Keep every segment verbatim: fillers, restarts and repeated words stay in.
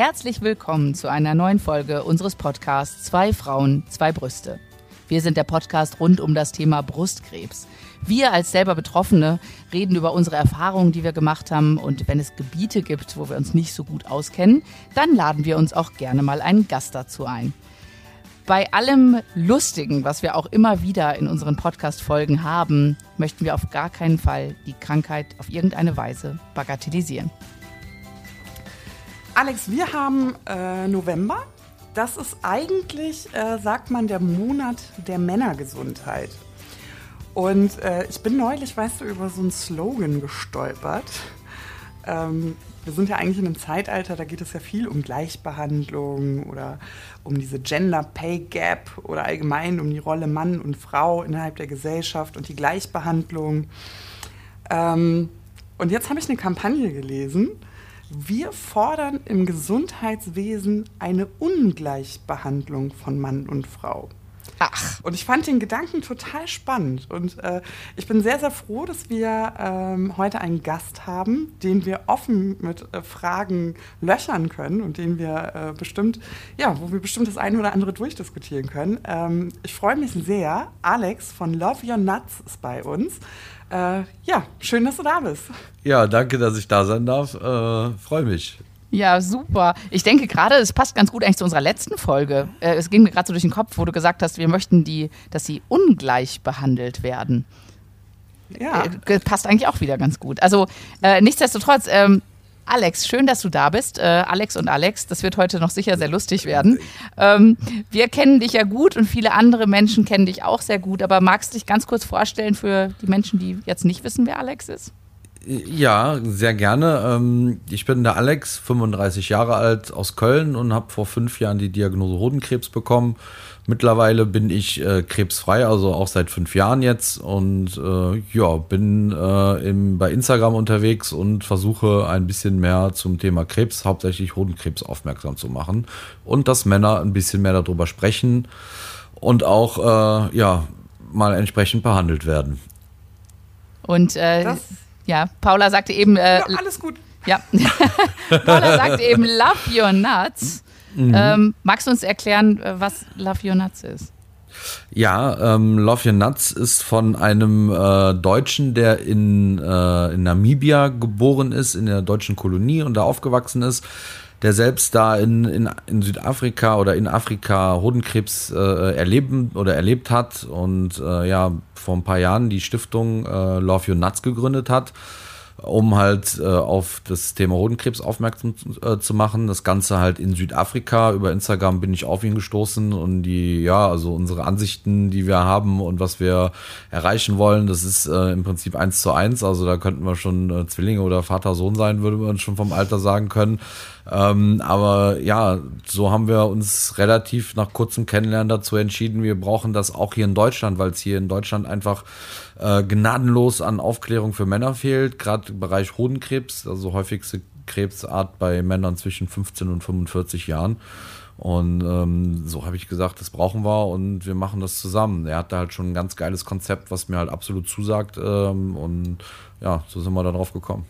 Herzlich willkommen zu einer neuen Folge unseres Podcasts Zwei Frauen, zwei Brüste. Wir sind der Podcast rund um das Thema Brustkrebs. Wir als selber Betroffene reden über unsere Erfahrungen, die wir gemacht haben. Und wenn es Gebiete gibt, wo wir uns nicht so gut auskennen, dann laden wir uns auch gerne mal einen Gast dazu ein. Bei allem Lustigen, was wir auch immer wieder in unseren Podcast-Folgen haben, möchten wir auf gar keinen Fall die Krankheit auf irgendeine Weise bagatellisieren. Alex, wir haben äh, November. Das ist eigentlich, äh, sagt man, der Monat der Männergesundheit. Und äh, ich bin neulich, weißt du, über so einen Slogan gestolpert. Ähm, wir sind ja eigentlich in einem Zeitalter, da geht es ja viel um Gleichbehandlung oder um diese Gender Pay Gap oder allgemein um die Rolle Mann und Frau innerhalb der Gesellschaft und die Gleichbehandlung. Ähm, und jetzt habe ich eine Kampagne gelesen. Wir fordern im Gesundheitswesen eine Ungleichbehandlung von Mann und Frau. Ach. Und ich fand den Gedanken total spannend. Und äh, ich bin sehr, sehr froh, dass wir ähm, heute einen Gast haben, den wir offen mit äh, Fragen löchern können und den wir äh, bestimmt, ja, wo wir bestimmt das eine oder andere durchdiskutieren können. Ähm, ich freue mich sehr. Alex von Love Your Nuts ist bei uns. Äh, ja, schön, dass du da bist. Ja, danke, dass ich da sein darf. Äh, freue mich. Ja, super. Ich denke gerade, es passt ganz gut eigentlich zu unserer letzten Folge. Äh, es ging mir gerade so durch den Kopf, wo du gesagt hast, wir möchten, die, dass sie ungleich behandelt werden. Ja. Äh, passt eigentlich auch wieder ganz gut. Also äh, nichtsdestotrotz, ähm, Alex, schön, dass du da bist. Äh, Alex und Alex, das wird heute noch sicher sehr lustig werden. Ähm, wir kennen dich ja gut und viele andere Menschen kennen dich auch sehr gut. Aber magst du dich ganz kurz vorstellen für die Menschen, die jetzt nicht wissen, wer Alex ist? Ja, sehr gerne. Ich bin der Alex, fünfunddreißig Jahre alt, aus Köln und habe vor fünf Jahren die Diagnose Hodenkrebs bekommen. Mittlerweile bin ich äh, krebsfrei, also auch seit fünf Jahren jetzt und äh, ja, bin äh, im, bei Instagram unterwegs und versuche ein bisschen mehr zum Thema Krebs, hauptsächlich Hodenkrebs, aufmerksam zu machen und dass Männer ein bisschen mehr darüber sprechen und auch äh, ja, mal entsprechend behandelt werden. Und äh, Das ja, Paula sagte eben... Äh, ja, alles gut. Ja, Paula sagte eben Love Your Nuts. Mhm. Ähm, magst du uns erklären, was Love Your Nuts ist? Ja, ähm, Love Your Nuts ist von einem äh, Deutschen, der in, äh, in Namibia geboren ist, in der deutschen Kolonie und da aufgewachsen ist, der selbst da in, in, in Südafrika oder in Afrika Hodenkrebs äh, erleben oder erlebt hat und äh, ja, vor ein paar Jahren die Stiftung äh, Love Your Nuts gegründet hat, um halt äh, auf das Thema Hodenkrebs aufmerksam äh, zu machen. Das Ganze halt in Südafrika. Über Instagram bin ich auf ihn gestoßen und die, ja, also unsere Ansichten, die wir haben und was wir erreichen wollen, das ist äh, im Prinzip eins zu eins. Also da könnten wir schon äh, Zwillinge oder Vater-Sohn sein, würde man schon vom Alter sagen können. Ähm, aber ja, so haben wir uns relativ nach kurzem Kennenlernen dazu entschieden, wir brauchen das auch hier in Deutschland, weil es hier in Deutschland einfach äh, gnadenlos an Aufklärung für Männer fehlt, gerade im Bereich Hodenkrebs, also häufigste Krebsart bei Männern zwischen fünfzehn und fünfundvierzig Jahren. Und ähm, so habe ich gesagt, das brauchen wir und wir machen das zusammen. Er hatte halt schon ein ganz geiles Konzept, was mir halt absolut zusagt ähm, und ja, so sind wir da drauf gekommen.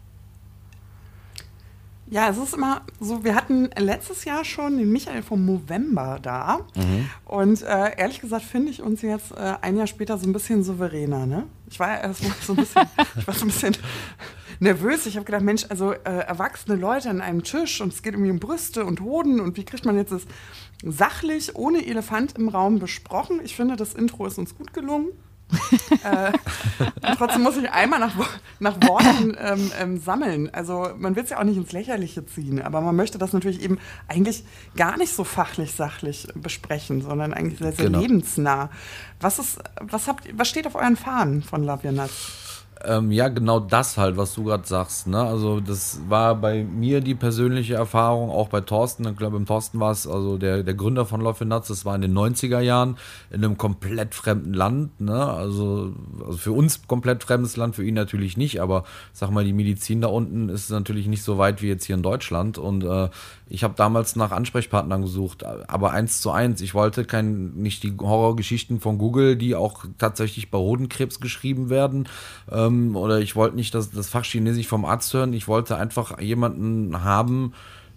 Ja, es ist immer so, wir hatten letztes Jahr schon den Michael vom Movember da. Mhm. Und äh, ehrlich gesagt finde ich uns jetzt äh, ein Jahr später so ein bisschen souveräner, ne? Ich war erst mal so ein bisschen, ich war so ein bisschen nervös. Ich habe gedacht, Mensch, also äh, erwachsene Leute an einem Tisch und es geht irgendwie um Brüste und Hoden und wie kriegt man jetzt das sachlich, ohne Elefant im Raum besprochen? Ich finde, das Intro ist uns gut gelungen. äh, und trotzdem muss ich einmal nach, nach Worten ähm, ähm, sammeln. Also man will es ja auch nicht ins Lächerliche ziehen, aber man möchte das natürlich eben eigentlich gar nicht so fachlich, sachlich besprechen, sondern eigentlich sehr, sehr genau. lebensnah. Was ist, was habt, was steht auf euren Fahnen von Love Your Nuts? Ähm, ja, genau das halt, was du gerade sagst. Ne? Also das war bei mir die persönliche Erfahrung, auch bei Thorsten. Ich glaube, beim Thorsten war es, also der, der Gründer von Love Your Nuts, das war in den neunziger Jahren in einem komplett fremden Land. Ne? Also, also für uns komplett fremdes Land, für ihn natürlich nicht. Aber sag mal, die Medizin da unten ist natürlich nicht so weit wie jetzt hier in Deutschland. Und äh, ich habe damals nach Ansprechpartnern gesucht, aber eins zu eins. Ich wollte kein, nicht die Horrorgeschichten von Google, die auch tatsächlich bei Hodenkrebs geschrieben werden. Ähm, oder ich wollte nicht das, das Fach Chinesisch vom Arzt hören. Ich wollte einfach jemanden haben,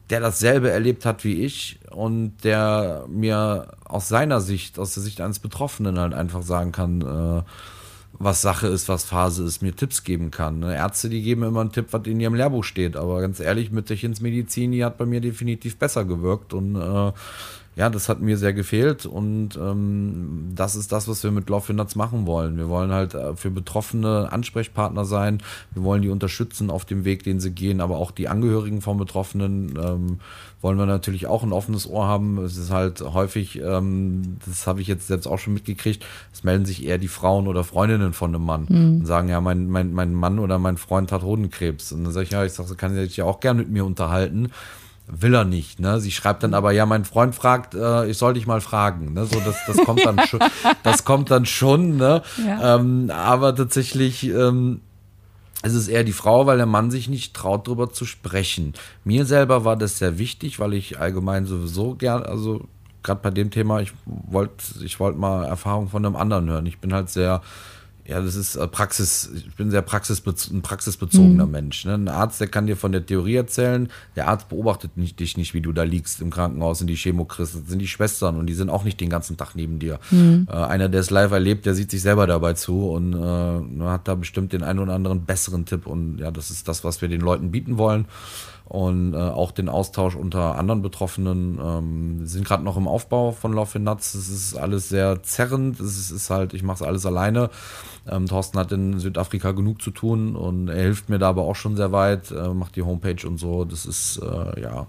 der dasselbe erlebt hat wie ich und der mir aus seiner Sicht, aus der Sicht eines Betroffenen halt einfach sagen kann, äh, was Sache ist, was Phase ist, mir Tipps geben kann. Ne? Ärzte, die geben immer einen Tipp, was in ihrem Lehrbuch steht, aber ganz ehrlich, Mütterchensmedizin, die hat bei mir definitiv besser gewirkt und äh, ja, das hat mir sehr gefehlt und ähm, das ist das, was wir mit Love Your Nuts machen wollen. Wir wollen halt für Betroffene Ansprechpartner sein, wir wollen die unterstützen auf dem Weg, den sie gehen, aber auch die Angehörigen von Betroffenen ähm, wollen wir natürlich auch ein offenes Ohr haben. Es ist halt häufig, ähm, das habe ich jetzt selbst auch schon mitgekriegt, es melden sich eher die Frauen oder Freundinnen von einem Mann mhm. und sagen, ja, mein, mein, mein Mann oder mein Freund hat Hodenkrebs. Und dann sage ich, ja, ich sage, kann sich ja auch gern mit mir unterhalten. Will er nicht, ne? Sie schreibt dann aber, ja, mein Freund fragt, äh, ich soll dich mal fragen, ne? So, das, das kommt dann schon, das kommt dann schon, ne? Ja. Ähm, aber tatsächlich, ähm, es ist eher die Frau, weil der Mann sich nicht traut, drüber zu sprechen. Mir selber war das sehr wichtig, weil ich allgemein sowieso gern, also gerade bei dem Thema, ich wollte, ich wollte mal Erfahrung von einem anderen hören. Ich bin halt sehr, ja, das ist Praxis, ich bin sehr praxisbez- ein praxisbezogener mhm. Mensch. Ne? Ein Arzt, der kann dir von der Theorie erzählen, der Arzt beobachtet nicht, dich nicht, wie du da liegst im Krankenhaus und die Chemo kriegst. Das sind die Schwestern und die sind auch nicht den ganzen Tag neben dir. Mhm. Äh, einer, der es live erlebt, der sieht sich selber dabei zu und äh, hat da bestimmt den einen oder anderen besseren Tipp und ja, das ist das, was wir den Leuten bieten wollen. Und äh, auch den Austausch unter anderen Betroffenen. Ähm, wir sind gerade noch im Aufbau von Love Your Nuts. Es ist alles sehr zerrend. Es ist, ist halt, ich mache es alles alleine. Ähm, Thorsten hat in Südafrika genug zu tun und er hilft mir da aber auch schon sehr weit, äh, macht die Homepage und so. Das ist, äh, ja,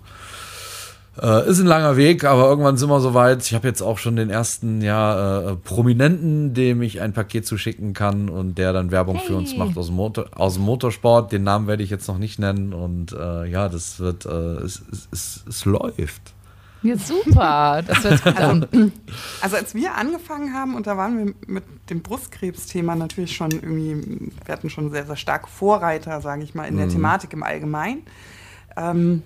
äh, ist ein langer Weg, aber irgendwann sind wir soweit. Ich habe jetzt auch schon den ersten, ja, äh, Prominenten, dem ich ein Paket zuschicken kann und der dann Werbung hey. für uns macht aus dem, Motor, aus dem Motorsport. Den Namen werde ich jetzt noch nicht nennen und äh, ja, das wird, äh, es, es, es, es läuft. Ja, super. Das hört gut an. Also als wir angefangen haben, und da waren wir mit dem Brustkrebsthema natürlich schon irgendwie, wir hatten schon sehr, sehr starke Vorreiter, sage ich mal, in der mhm. Thematik im Allgemeinen. Ähm,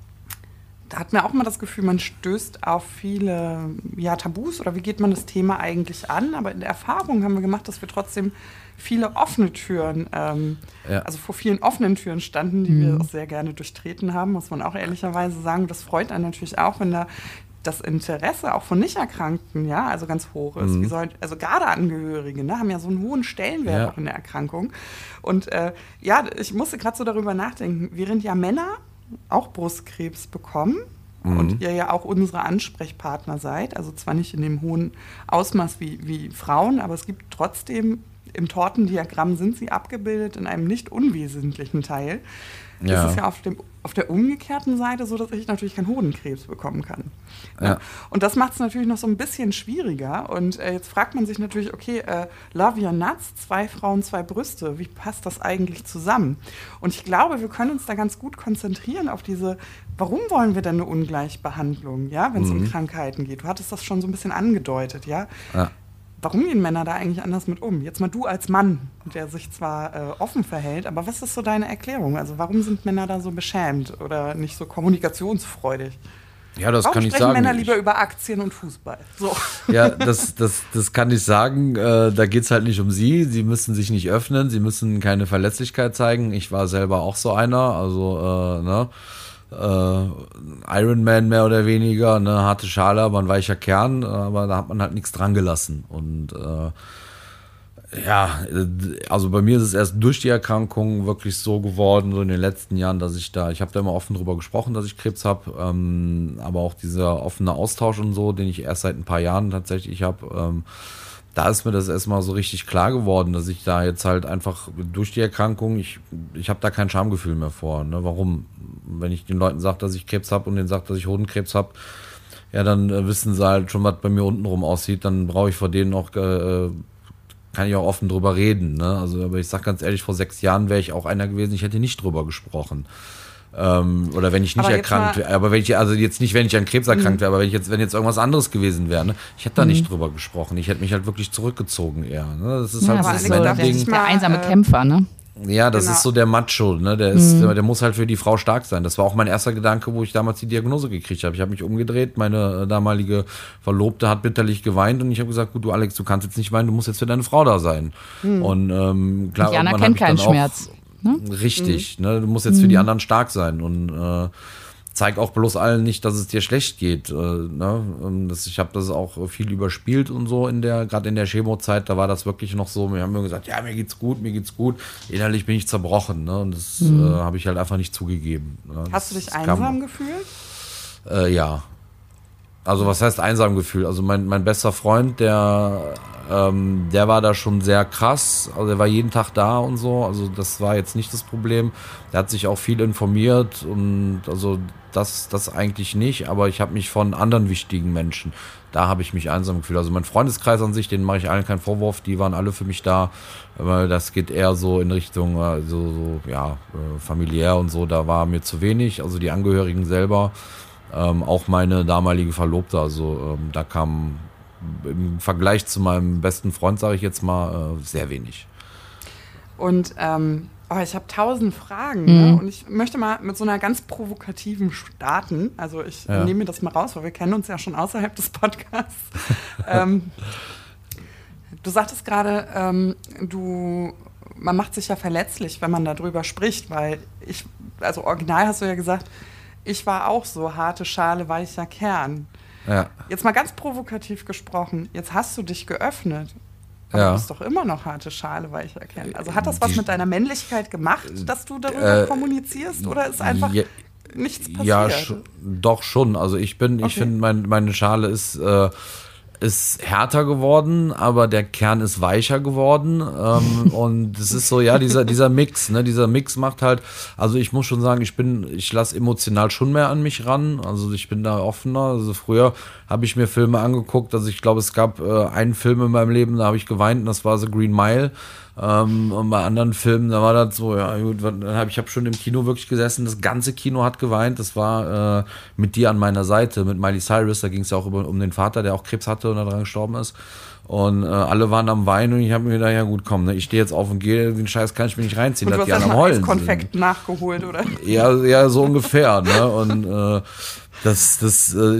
da hat man auch mal das Gefühl, man stößt auf viele ja, Tabus oder wie geht man das Thema eigentlich an? Aber in der Erfahrung haben wir gemacht, dass wir trotzdem viele offene Türen, ähm, ja. also vor vielen offenen Türen standen, die mhm. wir auch sehr gerne durchtreten haben, muss man auch ehrlicherweise sagen. Das freut einen natürlich auch, wenn da das Interesse auch von Nicht-Erkrankten, ja, also ganz hoch ist. Mhm. Wie soll, also gerade Angehörige, ne, haben ja so einen hohen Stellenwert ja. auch in der Erkrankung. Und äh, ja, ich musste gerade so darüber nachdenken, während ja Männer auch Brustkrebs bekommen mhm. und ihr ja auch unsere Ansprechpartner seid, also zwar nicht in dem hohen Ausmaß wie, wie Frauen, aber es gibt trotzdem, im Tortendiagramm sind sie abgebildet in einem nicht unwesentlichen Teil. Ja. Das ist ja auf, dem, auf der umgekehrten Seite so, dass ich natürlich keinen Hodenkrebs bekommen kann. Ja. Ja. Und das macht es natürlich noch so ein bisschen schwieriger. Und äh, jetzt fragt man sich natürlich, okay, äh, Love Your Nuts, zwei Frauen, zwei Brüste, wie passt das eigentlich zusammen? Und ich glaube, wir können uns da ganz gut konzentrieren auf diese, warum wollen wir denn eine Ungleichbehandlung, ja, wenn es mhm. um Krankheiten geht? Du hattest das schon so ein bisschen angedeutet, ja. Ja. Warum gehen Männer da eigentlich anders mit um? Jetzt mal du als Mann, der sich zwar äh, offen verhält, aber was ist so deine Erklärung? Also warum sind Männer da so beschämt oder nicht so kommunikationsfreudig? Ja, das Warum kann ich sagen. Warum sprechen Männer lieber über Aktien und Fußball? So. Ja, das, das, das kann ich sagen. Äh, da geht es halt nicht um sie. Sie müssen sich nicht öffnen. Sie müssen keine Verletzlichkeit zeigen. Ich war selber auch so einer. Also, äh, ne? Uh, Iron Man mehr oder weniger, eine harte Schale, aber ein weicher Kern, aber da hat man halt nichts dran gelassen. Und uh, ja, also bei mir ist es erst durch die Erkrankung wirklich so geworden, so in den letzten Jahren, dass ich da, ich habe da immer offen drüber gesprochen, dass ich Krebs habe, ähm, aber auch dieser offene Austausch und so, den ich erst seit ein paar Jahren tatsächlich habe, ähm, da ist mir das erstmal so richtig klar geworden, dass ich da jetzt halt einfach durch die Erkrankung, ich, ich habe da kein Schamgefühl mehr vor. Ne? Warum? Wenn ich den Leuten sage, dass ich Krebs habe und denen sage, dass ich Hodenkrebs habe, ja, dann äh, wissen sie halt schon, was bei mir untenrum aussieht. Dann brauche ich vor denen auch, äh, kann ich auch offen drüber reden. Ne? Also, aber ich sage ganz ehrlich, vor sechs Jahren wäre ich auch einer gewesen, ich hätte nicht drüber gesprochen. Ähm, oder wenn ich nicht erkrankt wäre, aber wenn ich, also jetzt nicht, wenn ich an Krebs erkrankt wäre, aber wenn ich jetzt, wenn jetzt irgendwas anderes gewesen wäre, ne, ich hätte da mhm. nicht drüber gesprochen. Ich hätte mich halt wirklich zurückgezogen eher. Ne? Das ist ja, halt aber so der, Ding. der einsame äh, Kämpfer, ne? Ja, das genau. ist so der Macho, ne? Der ist, mhm. der muss halt für die Frau stark sein. Das war auch mein erster Gedanke, wo ich damals die Diagnose gekriegt habe. Ich habe mich umgedreht, meine damalige Verlobte hat bitterlich geweint und ich habe gesagt, gut, du Alex, du kannst jetzt nicht weinen, du musst jetzt für deine Frau da sein. Mhm. Und ähm, klar, Jana kennt keinen Schmerz. Ne? Richtig, mhm. ne? Du musst jetzt für die anderen stark sein. Und äh, zeig auch bloß allen nicht, dass es dir schlecht geht. Äh, ne? Und das, ich habe das auch viel überspielt und so in der, gerade in der Chemo-Zeit, da war das wirklich noch so, wir haben mir gesagt, ja, mir geht's gut, mir geht's gut. Innerlich bin ich zerbrochen, ne? Und das mhm. äh, habe ich halt einfach nicht zugegeben. Ne? Hast du dich einsam kam, gefühlt? Äh, ja. Also was heißt einsam gefühlt? Also mein, mein bester Freund, der, ähm, der war da schon sehr krass. Also er war jeden Tag da und so. Also das war jetzt nicht das Problem. Der hat sich auch viel informiert und also das, das eigentlich nicht. Aber ich habe mich von anderen wichtigen Menschen, da habe ich mich einsam gefühlt. Also mein Freundeskreis an sich, den mache ich allen keinen Vorwurf. Die waren alle für mich da. Aber das geht eher so in Richtung also, so, ja, familiär und so. Da war mir zu wenig. Also die Angehörigen selber. Ähm, auch meine damalige Verlobte, also ähm, da kam im Vergleich zu meinem besten Freund, sage ich jetzt mal, äh, sehr wenig. Und ähm, oh, ich habe tausend Fragen mhm. ne? Und ich möchte mal mit so einer ganz provokativen starten. Also ich ja. nehme mir das mal raus, weil wir kennen uns ja schon außerhalb des Podcasts. ähm, du sagtest gerade, ähm, du man macht sich ja verletzlich, wenn man darüber spricht, weil ich, also original hast du ja gesagt, ich war auch so, harte Schale, weicher Kern. Ja. Jetzt mal ganz provokativ gesprochen, jetzt hast du dich geöffnet. Aber ja. du bist doch immer noch harte Schale, weicher Kern. Also hat das was mit deiner Männlichkeit gemacht, dass du darüber äh, kommunizierst? Oder ist einfach ja, nichts passiert? Ja, sch- doch schon. Also ich bin, okay. ich finde, mein, meine Schale ist... Äh, ist härter geworden, aber der Kern ist weicher geworden ähm, und es ist so, ja, dieser dieser Mix, ne, dieser Mix macht halt, also ich muss schon sagen, ich bin, ich lasse emotional schon mehr an mich ran, also ich bin da offener, also früher habe ich mir Filme angeguckt, also ich glaube, es gab äh, einen Film in meinem Leben, da habe ich geweint und das war The Green Mile. Ähm, und bei anderen Filmen, da war das so, ja gut, dann hab, ich habe schon im Kino wirklich gesessen, das ganze Kino hat geweint, das war äh, mit dir an meiner Seite, mit Miley Cyrus, da ging es ja auch über, um den Vater, der auch Krebs hatte und daran gestorben ist und äh, alle waren am Weinen und ich habe mir gedacht, ja gut, komm, ne, ich stehe jetzt auf und gehe, den Scheiß kann ich mir nicht reinziehen, und dass du die hast alle am Heulen sind. Konfekt nachgeholt, oder? Ja, ja, so ungefähr, ne, und äh, das, das, äh,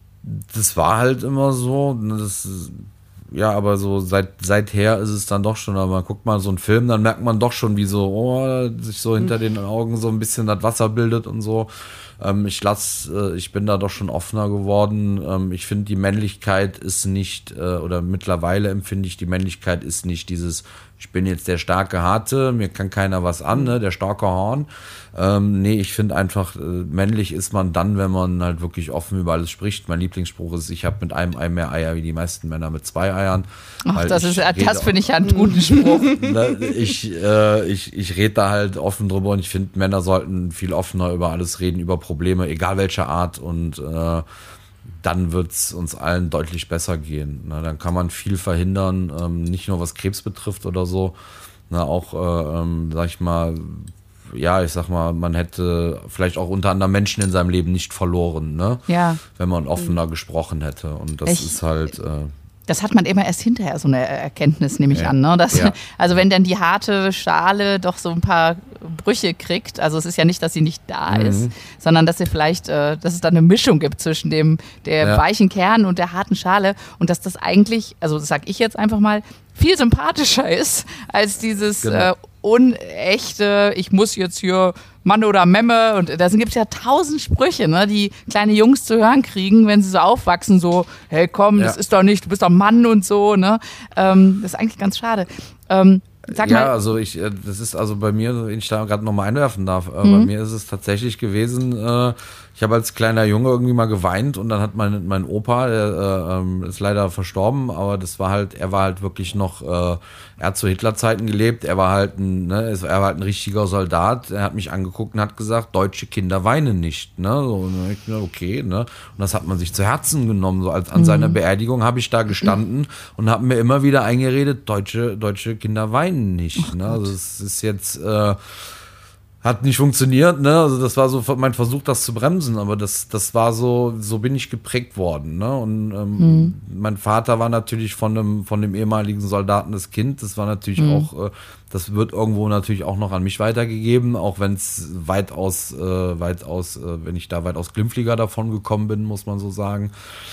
das war halt immer so, das ja, aber so seit seither ist es dann doch schon, aber man guckt mal so einen Film, dann merkt man doch schon, wie so, oh, sich so hinter den Augen so ein bisschen das Wasser bildet und so. Ähm, ich lass, äh, ich bin da doch schon offener geworden. Ähm, ich finde, die Männlichkeit ist nicht, äh, oder mittlerweile empfinde ich, die Männlichkeit ist nicht dieses, ich bin jetzt der starke Harte, mir kann keiner was an, ne, der starke Horn. Ähm, nee, ich finde einfach, äh, männlich ist man dann, wenn man halt wirklich offen über alles spricht. Mein Lieblingsspruch ist, ich habe mit einem Ei mehr Eier wie die meisten Männer mit zwei Eiern. Ach, das ist, das finde ich ja einen guten Spruch. ich, äh, ich, ich rede da halt offen drüber und ich finde, Männer sollten viel offener über alles reden, über Probleme, egal welcher Art und äh, dann wird es uns allen deutlich besser gehen. Na, dann kann man viel verhindern, ähm, nicht nur was Krebs betrifft oder so, na, auch, äh, ähm, sag ich mal, ja, ich sag mal, man hätte vielleicht auch unter anderem Menschen in seinem Leben nicht verloren, ne? Ja. Wenn man offener mhm. gesprochen hätte. Und das ich, ist halt... Äh, das hat man immer erst hinterher, so eine Erkenntnis, nehme ich ja. an. Ne? Dass, ja. Also wenn dann die harte Schale doch so ein paar Brüche kriegt, also es ist ja nicht, dass sie nicht da mhm. ist, sondern dass sie vielleicht, äh, dass es da eine Mischung gibt zwischen dem der ja. weichen Kern und der harten Schale und dass das eigentlich, also das sag ich jetzt einfach mal, viel sympathischer ist als dieses genau. äh, unechte, ich muss jetzt hier Mann oder Memme und da gibt es ja tausend Sprüche, ne, die kleine Jungs zu hören kriegen, wenn sie so aufwachsen, so, hey komm, ja. das ist doch nicht, du bist doch Mann und so, ne, ähm, das ist eigentlich ganz schade. Ähm, sag ja, mal, also ich, das ist also bei mir, wenn ich da gerade nochmal einwerfen darf, mhm. bei mir ist es tatsächlich gewesen, äh, ich habe als kleiner Junge irgendwie mal geweint und dann hat mein, mein Opa, der äh, ist leider verstorben, aber das war halt, er war halt wirklich noch, äh, er hat zu Hitlerzeiten gelebt, er war halt ein, ne, er war halt ein richtiger Soldat, er hat mich angeguckt und hat gesagt, deutsche Kinder weinen nicht, ne, so, und ich dachte, okay, ne, und das hat man sich zu Herzen genommen, so als an mhm. seiner Beerdigung habe ich da gestanden mhm. und habe mir immer wieder eingeredet, deutsche, deutsche Kinder weinen nicht, ne, also es ist jetzt, äh, hat nicht funktioniert, ne? Also das war so mein Versuch, das zu bremsen, aber das, das war so, so bin ich geprägt worden, ne? Und ähm, mhm. mein Vater war natürlich von dem, von dem ehemaligen Soldaten das Kind. Das war natürlich mhm. auch, äh, das wird irgendwo natürlich auch noch an mich weitergegeben, auch wenn es weitaus, äh, weitaus, äh, wenn ich da weitaus glimpflicher davon gekommen bin, muss man so sagen.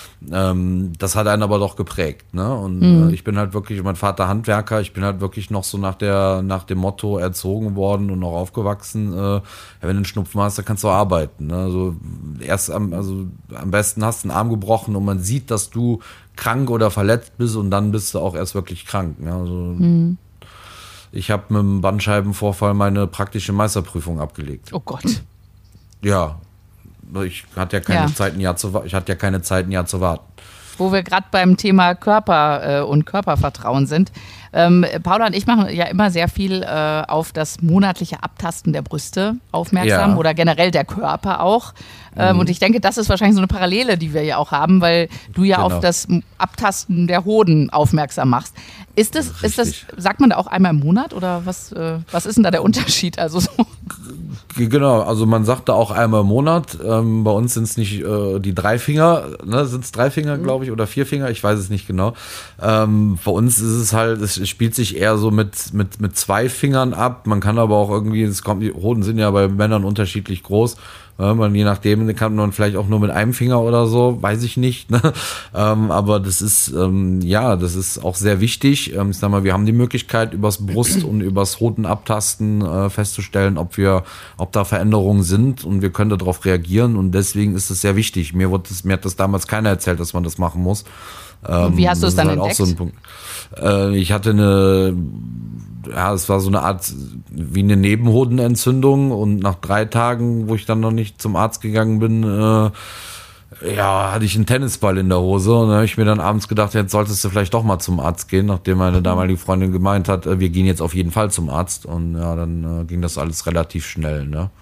Ähm, das hat einen aber doch geprägt, ne? Und mhm. äh, ich bin halt wirklich, mein Vater Handwerker, ich bin halt wirklich noch so nach der, nach dem Motto erzogen worden und auch aufgewachsen. wissen, äh, ja, wenn du einen Schnupfen hast, dann kannst du arbeiten. Ne? Also erst am, also am besten hast du einen Arm gebrochen und man sieht, dass du krank oder verletzt bist und dann bist du auch erst wirklich krank. Ne? Also mhm. Ich habe mit dem Bandscheibenvorfall meine praktische Meisterprüfung abgelegt. Oh Gott. Ja, ich hatte ja keine Ja. Zeit, ein Jahr zu, wa- ich hatte ja keine Zeit, ein Jahr zu warten. Wo wir gerade beim Thema Körper äh, und Körpervertrauen sind. Ähm, Paula und ich machen ja immer sehr viel äh, auf das monatliche Abtasten der Brüste aufmerksam Ja. oder generell der Körper auch. Ähm, Mhm. Und ich denke, das ist wahrscheinlich so eine Parallele, die wir ja auch haben, weil du ja Genau. auf das Abtasten der Hoden aufmerksam machst. Ist das, ist das, Richtig. sagt man da auch einmal im Monat oder was, äh, was ist denn da der Unterschied? Also so. Genau, also man sagt da auch einmal im Monat. Ähm, bei uns sind es nicht äh, die drei Finger, ne? Sind es drei Finger, glaube ich, oder vier Finger, ich weiß es nicht genau. Ähm, bei uns ist es halt, es spielt sich eher so mit, mit, mit zwei Fingern ab. Man kann aber auch irgendwie, es kommt, die Hoden sind ja bei Männern unterschiedlich groß. Ja, man, je nachdem kann man vielleicht auch nur mit einem Finger oder so, weiß ich nicht. Ne? Ähm, aber das ist, ähm, ja, das ist auch sehr wichtig. Ähm, ich sag mal, wir haben die Möglichkeit, übers Brust- und übers Hodenabtasten äh, festzustellen, ob wir, ob da Veränderungen sind und wir können darauf reagieren und deswegen ist es sehr wichtig. Mir, wurde das, mir hat das damals keiner erzählt, dass man das machen muss. Ähm, Und wie hast du es das dann ist halt entdeckt? auch so ein Punkt. Äh, ich hatte eine, ja, es war so eine Art wie eine Nebenhodenentzündung und nach drei Tagen, wo ich dann noch nicht zum Arzt gegangen bin, äh, ja, hatte ich einen Tennisball in der Hose und da habe ich mir dann abends gedacht, jetzt solltest du vielleicht doch mal zum Arzt gehen, nachdem meine damalige Freundin gemeint hat, äh, wir gehen jetzt auf jeden Fall zum Arzt und ja, dann äh, ging das alles relativ schnell, ne?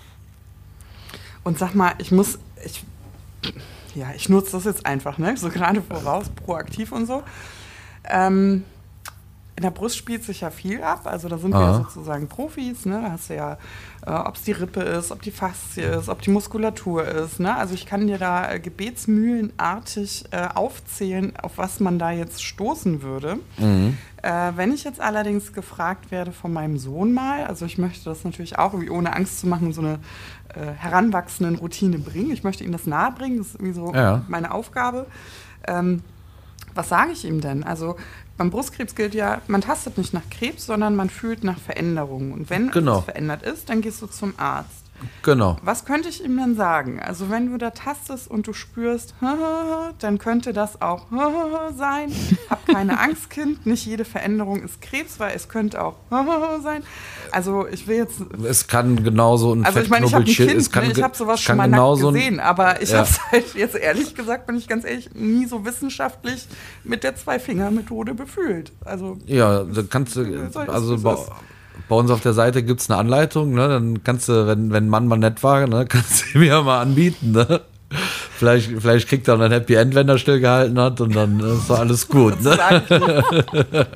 Und sag mal, ich muss, ich, ja, ich nutze das jetzt einfach, ne? So gerade voraus, proaktiv und so. Ähm, in der Brust spielt sich ja viel ab, also da sind wir ja Aha. sozusagen Profis, ne? Da hast du ja, äh, ob es die Rippe ist, ob die Faszie ist, ob die Muskulatur ist, ne? Also ich kann dir da äh, gebetsmühlenartig äh, aufzählen, auf was man da jetzt stoßen würde. Mhm. Äh, wenn ich jetzt allerdings gefragt werde von meinem Sohn mal, also ich möchte das natürlich auch irgendwie ohne Angst zu machen, so eine äh, heranwachsenden Routine bringen. Ich möchte ihm das nahebringen, das ist irgendwie so Ja. meine Aufgabe. Ähm, was sage ich ihm denn? Also beim Brustkrebs gilt ja, man tastet nicht nach Krebs, sondern man fühlt nach Veränderungen. Und wenn Genau. es verändert ist, dann gehst du zum Arzt. Genau. Was könnte ich ihm denn sagen? Also wenn du da tastest und du spürst, dann könnte das auch sein. Hab keine Angst, Kind. Nicht jede Veränderung ist Krebs, weil es könnte auch sein. Also ich will jetzt... Es kann genauso ein Also ich meine, ich habe ein Fettknubbelchen- Kind, es kann ne? ich ge- habe sowas es schon kann mal genauso nackt ein- gesehen, aber ich Ja. habe es halt jetzt ehrlich gesagt, bin ich ganz ehrlich, nie so wissenschaftlich mit der Zwei-Finger-Methode befühlt. Also Ja, da kannst du, Wie soll ich- also wie bei, soll bei uns auf der Seite gibt's eine Anleitung, ne? Dann kannst du, wenn, wenn Mann mal nett war, ne, kannst du ihm ja mal anbieten, ne? Vielleicht, vielleicht kriegt er dann ein Happy End, wenn er stillgehalten hat und dann ist doch alles gut, ne? sag ich nicht.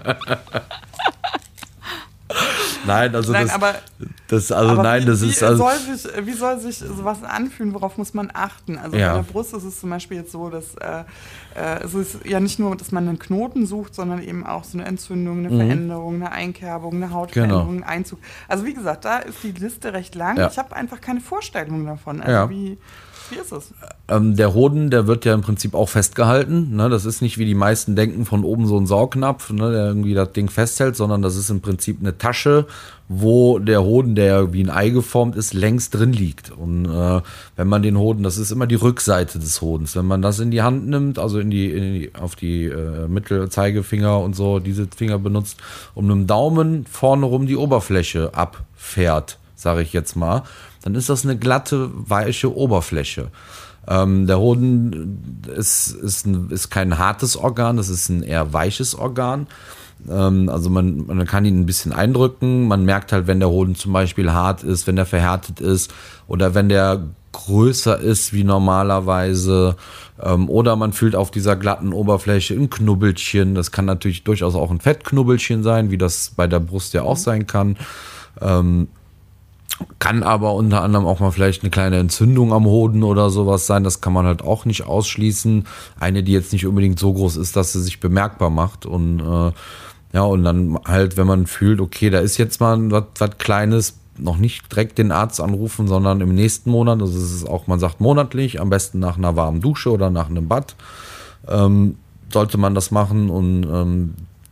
Nein, also Nein, das, aber, das, also aber nein, wie, das wie, ist, also, soll sich, wie soll sich sowas anfühlen? Worauf muss man achten? Also Ja. bei der Brust ist es zum Beispiel jetzt so, dass äh, äh, es ist ja nicht nur, dass man einen Knoten sucht, sondern eben auch so eine Entzündung, eine Mhm. Veränderung, eine Einkerbung, eine Hautveränderung, Genau. ein Einzug. Also wie gesagt, da ist die Liste recht lang. Ja. Ich habe einfach keine Vorstellung davon. Also Ja. wie, wie ist es? Ähm, der Hoden, der wird ja im Prinzip auch festgehalten. Ne? Das ist nicht, wie die meisten denken, von oben so ein Saugnapf, ne, der irgendwie das Ding festhält, sondern das ist im Prinzip eine Tasche, wo der Hoden, der wie ein Ei geformt ist, längs drin liegt. Und äh, wenn man den Hoden, das ist immer die Rückseite des Hodens, wenn man das in die Hand nimmt, also in die, in die auf die äh, Mittel-, Zeigefinger und so, diese Finger benutzt, um mit dem Daumen vorne rum die Oberfläche abfährt, sage ich jetzt mal, dann ist das eine glatte, weiche Oberfläche. Ähm, der Hoden ist, ist, ein, ist kein hartes Organ, das ist ein eher weiches Organ. Ähm, also man, man kann ihn ein bisschen eindrücken. Man merkt halt, wenn der Hoden zum Beispiel hart ist, wenn der verhärtet ist oder wenn der größer ist wie normalerweise. Ähm, oder man fühlt auf dieser glatten Oberfläche ein Knubbelchen. Das kann natürlich durchaus auch ein Fettknubbelchen sein, wie das bei der Brust ja auch sein kann. Ähm, Kann aber unter anderem auch mal vielleicht eine kleine Entzündung am Hoden oder sowas sein. Das kann man halt auch nicht ausschließen. Eine, die jetzt nicht unbedingt so groß ist, dass sie sich bemerkbar macht. Und äh, ja, und dann halt, wenn man fühlt, okay, da ist jetzt mal was, was Kleines, noch nicht direkt den Arzt anrufen, sondern im nächsten Monat. Also es ist auch, man sagt monatlich, am besten nach einer warmen Dusche oder nach einem Bad, ähm, sollte man das machen. Und ähm,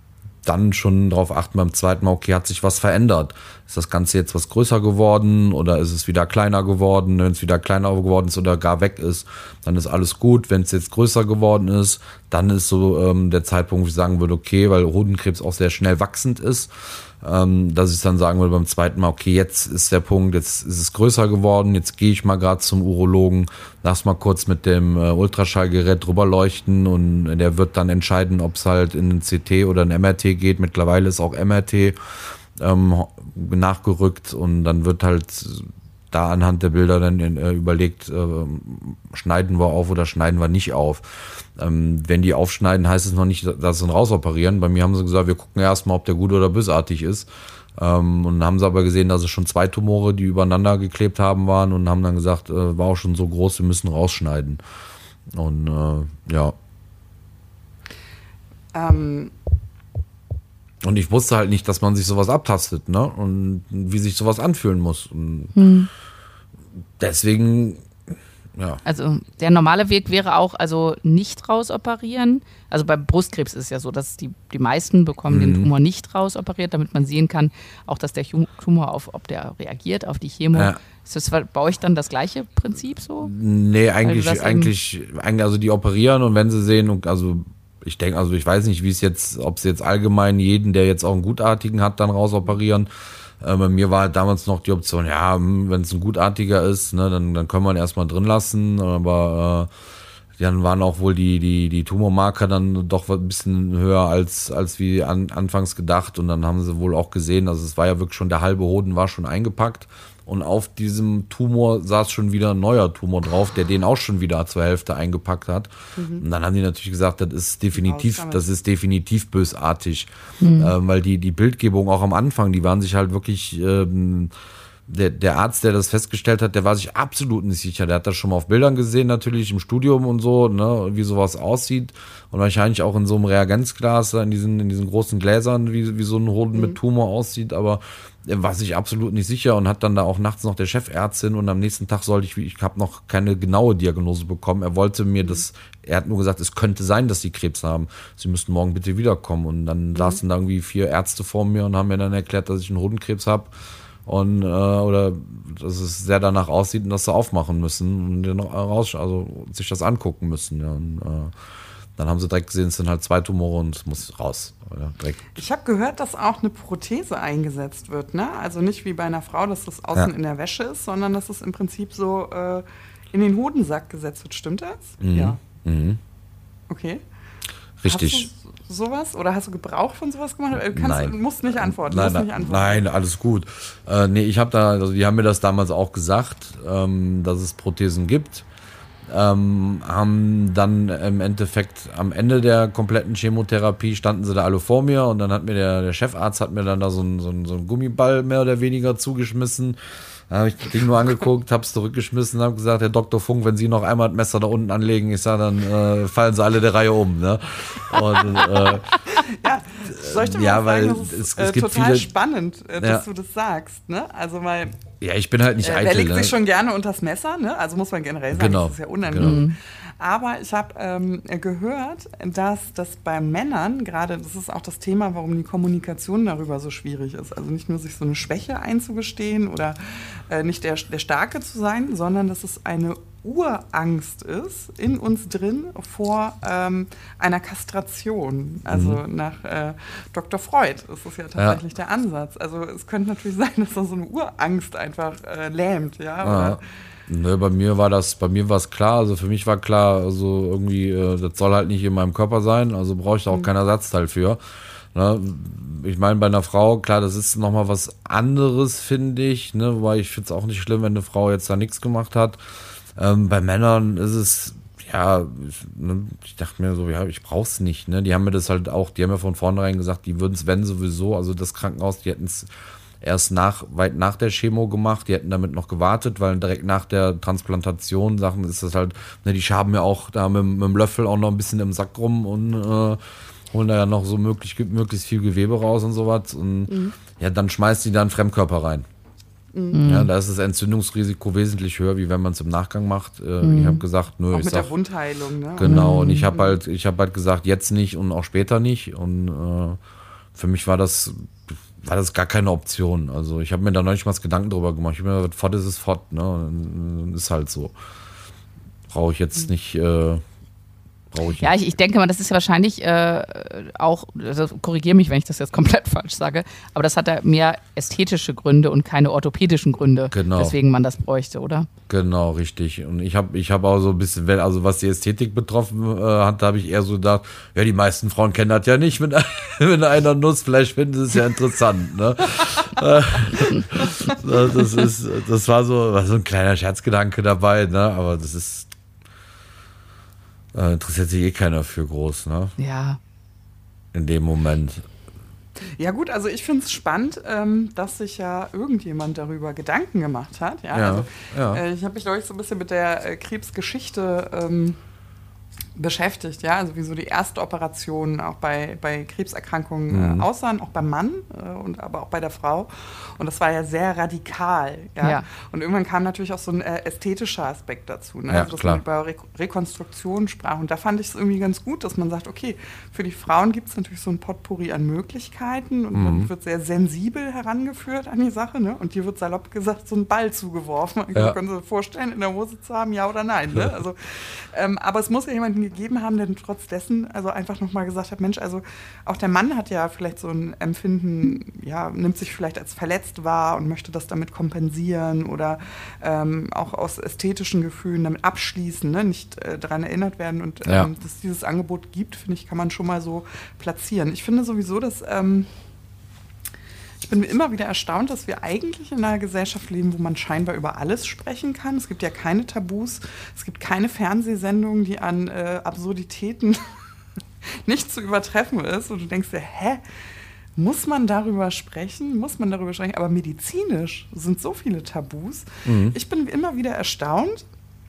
dann schon darauf achten beim zweiten Mal, okay, hat sich was verändert? Ist das Ganze jetzt was größer geworden oder ist es wieder kleiner geworden? Wenn es wieder kleiner geworden ist oder gar weg ist, dann ist alles gut. Wenn es jetzt größer geworden ist, dann ist so ähm, der Zeitpunkt, wo ich sagen würde, okay, weil Hodenkrebs auch sehr schnell wachsend ist, ähm, dass ich dann sagen würde beim zweiten Mal, okay, jetzt ist der Punkt, jetzt ist es größer geworden, jetzt gehe ich mal gerade zum Urologen, lass mal kurz mit dem äh, Ultraschallgerät drüber leuchten und der wird dann entscheiden, ob es halt in ein C T oder ein M R T geht. Mittlerweile ist auch M R T ähm, nachgerückt und dann wird halt da anhand der Bilder dann äh, überlegt, äh, schneiden wir auf oder schneiden wir nicht auf. Ähm, wenn die aufschneiden, heißt es noch nicht, dass sie ihn rausoperieren. Bei mir haben sie gesagt, wir gucken erstmal, ob der gut oder bösartig ist. Ähm, und haben sie aber gesehen, dass es schon zwei Tumore, die übereinander geklebt haben, waren und haben dann gesagt, äh, war auch schon so groß, wir müssen rausschneiden. Und äh, ja. Ähm. Und ich wusste halt nicht, dass man sich sowas abtastet, ne? Und wie sich sowas anfühlen muss. Und hm. deswegen, ja. Also der normale Weg wäre auch, also nicht rausoperieren. Also bei Brustkrebs ist es ja so, dass die, die meisten bekommen mhm. den Tumor nicht rausoperiert, damit man sehen kann, auch dass der Tumor auf, ob der reagiert auf die Chemo. Ja. Ist das bei euch dann das gleiche Prinzip so? Nee, eigentlich, eigentlich, eigentlich, also die operieren und wenn sie sehen, und also ich denke, also ich weiß nicht, wie es jetzt, ob es jetzt allgemein jeden, der jetzt auch einen Gutartigen hat, dann rausoperieren. Äh, bei mir war halt damals noch die Option, ja, wenn es ein Gutartiger ist, ne, dann, dann können wir ihn erstmal drin lassen. Aber äh, dann waren auch wohl die, die, die Tumormarker dann doch ein bisschen höher als, als wie an, anfangs gedacht. Und dann haben sie wohl auch gesehen, also es war ja wirklich schon, der halbe Hoden war schon eingepackt. Und auf diesem Tumor saß schon wieder ein neuer Tumor drauf, der den auch schon wieder zur Hälfte eingepackt hat. Mhm. Und dann haben die natürlich gesagt, das ist definitiv, das ist definitiv bösartig. Mhm. Ähm, weil die, die Bildgebung auch am Anfang, die waren sich halt wirklich, ähm, der, der Arzt, der das festgestellt hat, der war sich absolut nicht sicher. Der hat das schon mal auf Bildern gesehen, natürlich im Studium und so, ne, wie sowas aussieht. Und wahrscheinlich auch in so einem Reagenzglas, in diesen, in diesen großen Gläsern, wie, wie so ein Hoden mhm. mit Tumor aussieht. Aber er war sich absolut nicht sicher und hat dann da auch nachts noch der Chefärztin und am nächsten Tag sollte ich, ich habe noch keine genaue Diagnose bekommen. Er wollte mir das, er hat nur gesagt, es könnte sein, dass sie Krebs haben. Sie müssten morgen bitte wiederkommen. Und dann mhm. saßen da irgendwie vier Ärzte vor mir und haben mir dann erklärt, dass ich einen Hodenkrebs habe und äh, oder dass es sehr danach aussieht und dass sie aufmachen müssen und dann raus, also sich das angucken müssen. Ja. Und, äh, dann haben sie direkt gesehen, es sind halt zwei Tumore und es muss raus. Ja, direkt. Ich habe gehört, dass auch eine Prothese eingesetzt wird, ne? Also nicht wie bei einer Frau, dass das außen ja. in der Wäsche ist, sondern dass es im Prinzip so äh, in den Hodensack gesetzt wird. Stimmt das? Mhm. Ja. Mhm. Okay. Richtig. Hast du sowas oder hast du Gebrauch von sowas gemacht? Du kannst, nein. Du musst nicht antworten. Nein, musst nein, nicht antworten. nein, alles gut. Äh, nee, ich habe da, also die haben mir das damals auch gesagt, ähm, dass es Prothesen gibt. Ähm, haben dann im Endeffekt am Ende der kompletten Chemotherapie standen sie da alle vor mir und dann hat mir der, der Chefarzt hat mir dann da so einen so so ein Gummiball mehr oder weniger zugeschmissen. Da habe ich das Ding nur angeguckt, habe es zurückgeschmissen, habe gesagt, Herr Doktor Funk, wenn Sie noch einmal das Messer da unten anlegen, ich sage, dann äh, fallen Sie alle der Reihe um. Ne? Und, äh, ja, soll ich dir mal ja, sagen, weil das ist es, es äh, gibt total viele, spannend, äh, dass ja. du das sagst. Ne? Also mal, ja, ich bin halt nicht äh, eitel. wer legt ne? sich schon gerne unters Messer, ne? Also muss man generell sagen, Genau. das ist ja unangenehm. Genau. Aber ich habe ähm, gehört, dass das bei Männern, gerade das ist auch das Thema, warum die Kommunikation darüber so schwierig ist. Also nicht nur sich so eine Schwäche einzugestehen oder äh, nicht der, der Starke zu sein, sondern dass es eine Urangst ist in uns drin vor ähm, einer Kastration. Also mhm. nach äh, Doktor Freud ist das ja tatsächlich ja. der Ansatz. Also es könnte natürlich sein, dass da so eine Urangst einfach äh, lähmt, ja. Oder ja. Ne, bei mir war das, bei mir war es klar, also für mich war klar, also irgendwie, äh, das soll halt nicht in meinem Körper sein, also brauche ich da auch mhm. kein Ersatzteil für. Ne? Ich meine, bei einer Frau, klar, das ist nochmal was anderes, finde ich, ne? Wobei ich finde es auch nicht schlimm, wenn eine Frau jetzt da nichts gemacht hat. Ähm, bei Männern ist es, ja, ich, ne, ich dachte mir so, ja, ich brauch's nicht, ne? Die haben mir das halt auch, die haben mir von vornherein gesagt, die würden es, wenn sowieso, also das Krankenhaus, die hätten es erst nach, weit nach der Chemo gemacht, die hätten damit noch gewartet, weil direkt nach der Transplantation Sachen ist das halt, ne, die schaben ja auch da mit, mit dem Löffel auch noch ein bisschen im Sack rum und äh, holen da ja noch so möglich, möglichst viel Gewebe raus und sowas und mhm. ja, dann schmeißt die da einen Fremdkörper rein. Mhm. Ja, da ist das Entzündungsrisiko wesentlich höher, wie wenn man es im Nachgang macht. Äh, mhm. Ich habe gesagt, nö, auch ich mit sag, der Wundheilung, ne? Genau, mhm. und ich habe halt, ich habe halt gesagt, jetzt nicht und auch später nicht und äh, für mich war das, war das gar keine Option. Also ich habe mir da noch nicht mal Gedanken drüber gemacht. Ich habe mir gedacht, fort ist es fort, ne? Und ist halt so. Brauche ich jetzt nicht, äh, brauche ich Ja, nicht. ich, ich denke mal, das ist ja wahrscheinlich äh, auch, also korrigiere mich, wenn ich das jetzt komplett falsch sage, aber das hat ja mehr ästhetische Gründe und keine orthopädischen Gründe, Genau. weswegen man das bräuchte, oder? Genau, richtig. Und ich habe ich hab auch so ein bisschen, wenn- also was die Ästhetik betroffen äh, hat, da habe ich eher so gedacht, ja, die meisten Frauen kennen das ja nicht mit, mit einer Nuss, vielleicht finden sie es ja interessant, ne? Äh, das ist, das war so, war so ein kleiner Scherzgedanke dabei, ne? Aber das ist, äh, interessiert sich eh keiner für groß, ne? Ja. In dem Moment. Ja gut, also ich finde es spannend, ähm, dass sich ja irgendjemand darüber Gedanken gemacht hat. Ja, Ja, also, ja. Äh, ich habe mich, glaube ich, so ein bisschen mit der äh, Krebsgeschichte ähm, beschäftigt. Ja, also wie so die erste Operation auch bei, bei Krebserkrankungen Mhm. äh, aussahen, auch beim Mann äh, und aber auch bei der Frau. Und das war ja sehr radikal. Ja? Ja. Und irgendwann kam natürlich auch so ein äh, ästhetischer Aspekt dazu. Ne? Ja, also, dass klar. man über Re Rekonstruktion sprach. Und da fand ich es irgendwie ganz gut, dass man sagt, okay, für die Frauen gibt es natürlich so ein Potpourri an Möglichkeiten und Mhm. man wird sehr sensibel herangeführt an die Sache. Ne? Und dir wird salopp gesagt so ein Ball zugeworfen. Ja. Können Sie sich vorstellen, in der Hose zu haben, ja oder nein. Ne? Also, ähm, aber es muss ja jemanden gegeben haben, der trotz dessen also einfach nochmal gesagt hat, Mensch, also auch der Mann hat ja vielleicht so ein Empfinden, ja, nimmt sich vielleicht als verletzt wahr und möchte das damit kompensieren oder ähm, auch aus ästhetischen Gefühlen damit abschließen, ne? Nicht äh, daran erinnert werden. Und ähm, Ja. dass es dieses Angebot gibt, finde ich, kann man schon mal so platzieren. Ich finde sowieso, dass ähm, ich bin immer wieder erstaunt, dass wir eigentlich in einer Gesellschaft leben, wo man scheinbar über alles sprechen kann. Es gibt ja keine Tabus, es gibt keine Fernsehsendung, die an äh, Absurditäten nicht zu übertreffen ist. Und du denkst dir, hä? Muss man darüber sprechen? Muss man darüber sprechen? Aber medizinisch sind so viele Tabus. Mhm. Ich bin immer wieder erstaunt.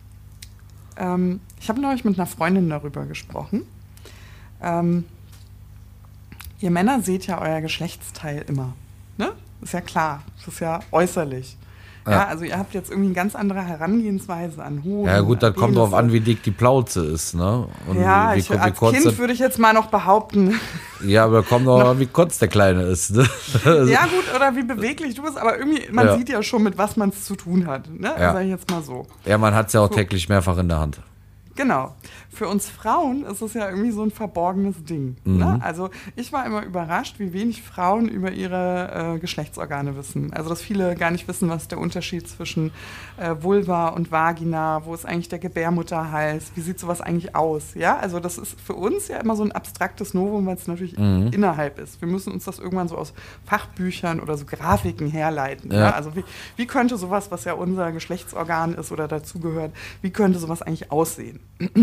Ähm, ich habe neulich mit einer Freundin darüber gesprochen. Ähm, ihr Männer seht ja euer Geschlechtsteil immer. Ne? Ist ja klar. Das ist ja äußerlich. Ja. Ja. Also ihr habt jetzt irgendwie eine ganz andere Herangehensweise an Hoden. Ja gut, das kommt Penisse. drauf an, wie dick die Plauze ist, ne? Und Ja, wie, ich, wie, wie als kurz Kind das, würde ich jetzt mal noch behaupten. ja, aber kommt drauf an, wie kurz der Kleine ist, ne? Also, Ja gut, oder wie beweglich du bist, aber irgendwie, man Ja. sieht ja schon, mit was man es zu tun hat. Ne? Ja. Sag ich jetzt mal so. ja, man hat es ja auch So. täglich mehrfach in der Hand. Genau. Für uns Frauen ist es ja irgendwie so ein verborgenes Ding. Mhm. Ne? Also ich war immer überrascht, wie wenig Frauen über ihre äh, Geschlechtsorgane wissen. Also dass viele gar nicht wissen, was der Unterschied zwischen äh, Vulva und Vagina, wo ist eigentlich der Gebärmutterhals, wie sieht sowas eigentlich aus? Ja, also das ist für uns ja immer so ein abstraktes Novum, weil es natürlich Mhm. innerhalb ist. Wir müssen uns das irgendwann so aus Fachbüchern oder so Grafiken herleiten. Ja. Ja? Also wie, wie könnte sowas, was ja unser Geschlechtsorgan ist oder dazugehört, wie könnte sowas eigentlich aussehen?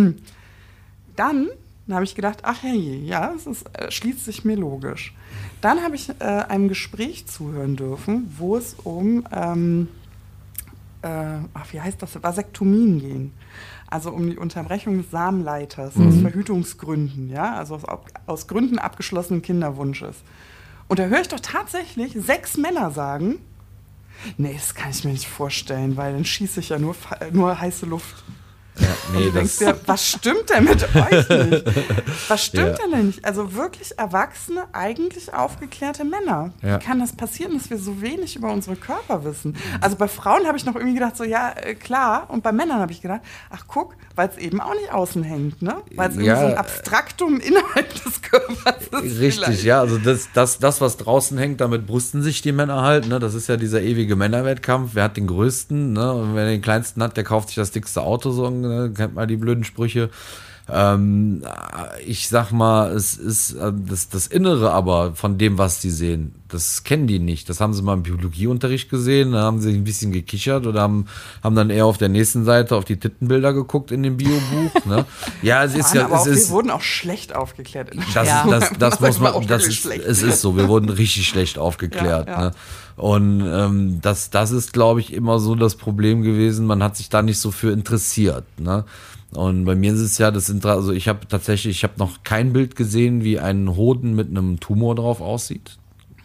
Dann habe ich gedacht, ach hey, ja, es ist, äh, schließt sich mir logisch. Dann habe ich äh, einem Gespräch zuhören dürfen, wo es um, ähm, äh, ach, wie heißt das, Vasektomien ging. Also um die Unterbrechung des Samenleiters aus Verhütungsgründen, ja, also aus, aus Gründen abgeschlossenen Kinderwunsches. Und da höre ich doch tatsächlich sechs Männer sagen, nee, das kann ich mir nicht vorstellen, weil dann schieße ich ja nur, fa- nur heiße Luft. Ja, Und nee, du denkst das, dir, was stimmt denn mit euch nicht? Was stimmt Ja. denn denn nicht? Also wirklich erwachsene, eigentlich aufgeklärte Männer. Ja. Wie kann das passieren, dass wir so wenig über unsere Körper wissen? Also bei Frauen habe ich noch irgendwie gedacht, so ja, äh, klar. Und bei Männern habe ich gedacht, ach guck, weil es eben auch nicht außen hängt, ne? Weil es irgendwie Ja. so ein Abstraktum innerhalb des Körpers ist. richtig, vielleicht. ja, also das, das, das, was draußen hängt, damit brüsten sich die Männer halt, ne? Das ist ja dieser ewige Männerwettkampf, wer hat den größten, ne? Und wer den kleinsten hat, der kauft sich das dickste Auto, so, ne? Kennt man die blöden Sprüche. Ähm, ich sag mal, es ist äh, das, das Innere aber von dem, was die sehen, das kennen die nicht. Das haben sie mal im Biologieunterricht gesehen, da haben sie ein bisschen gekichert oder haben, haben dann eher auf der nächsten Seite auf die Tittenbilder geguckt in dem Biobuch. Ne? Ja, es ist Mann, ja, aber es auch ist, wir wurden auch schlecht aufgeklärt. In der das, Ja. das, das, muss war auch man, das wirklich ist, schlecht. es ist so, wir wurden richtig schlecht aufgeklärt. Ja, ja. Ne? Und ähm, das, das ist, glaube ich, immer so das Problem gewesen, man hat sich da nicht so für interessiert. Ne? Und bei mir ist es ja, das sind, also ich habe tatsächlich, ich habe noch kein Bild gesehen, wie ein Hoden mit einem Tumor drauf aussieht.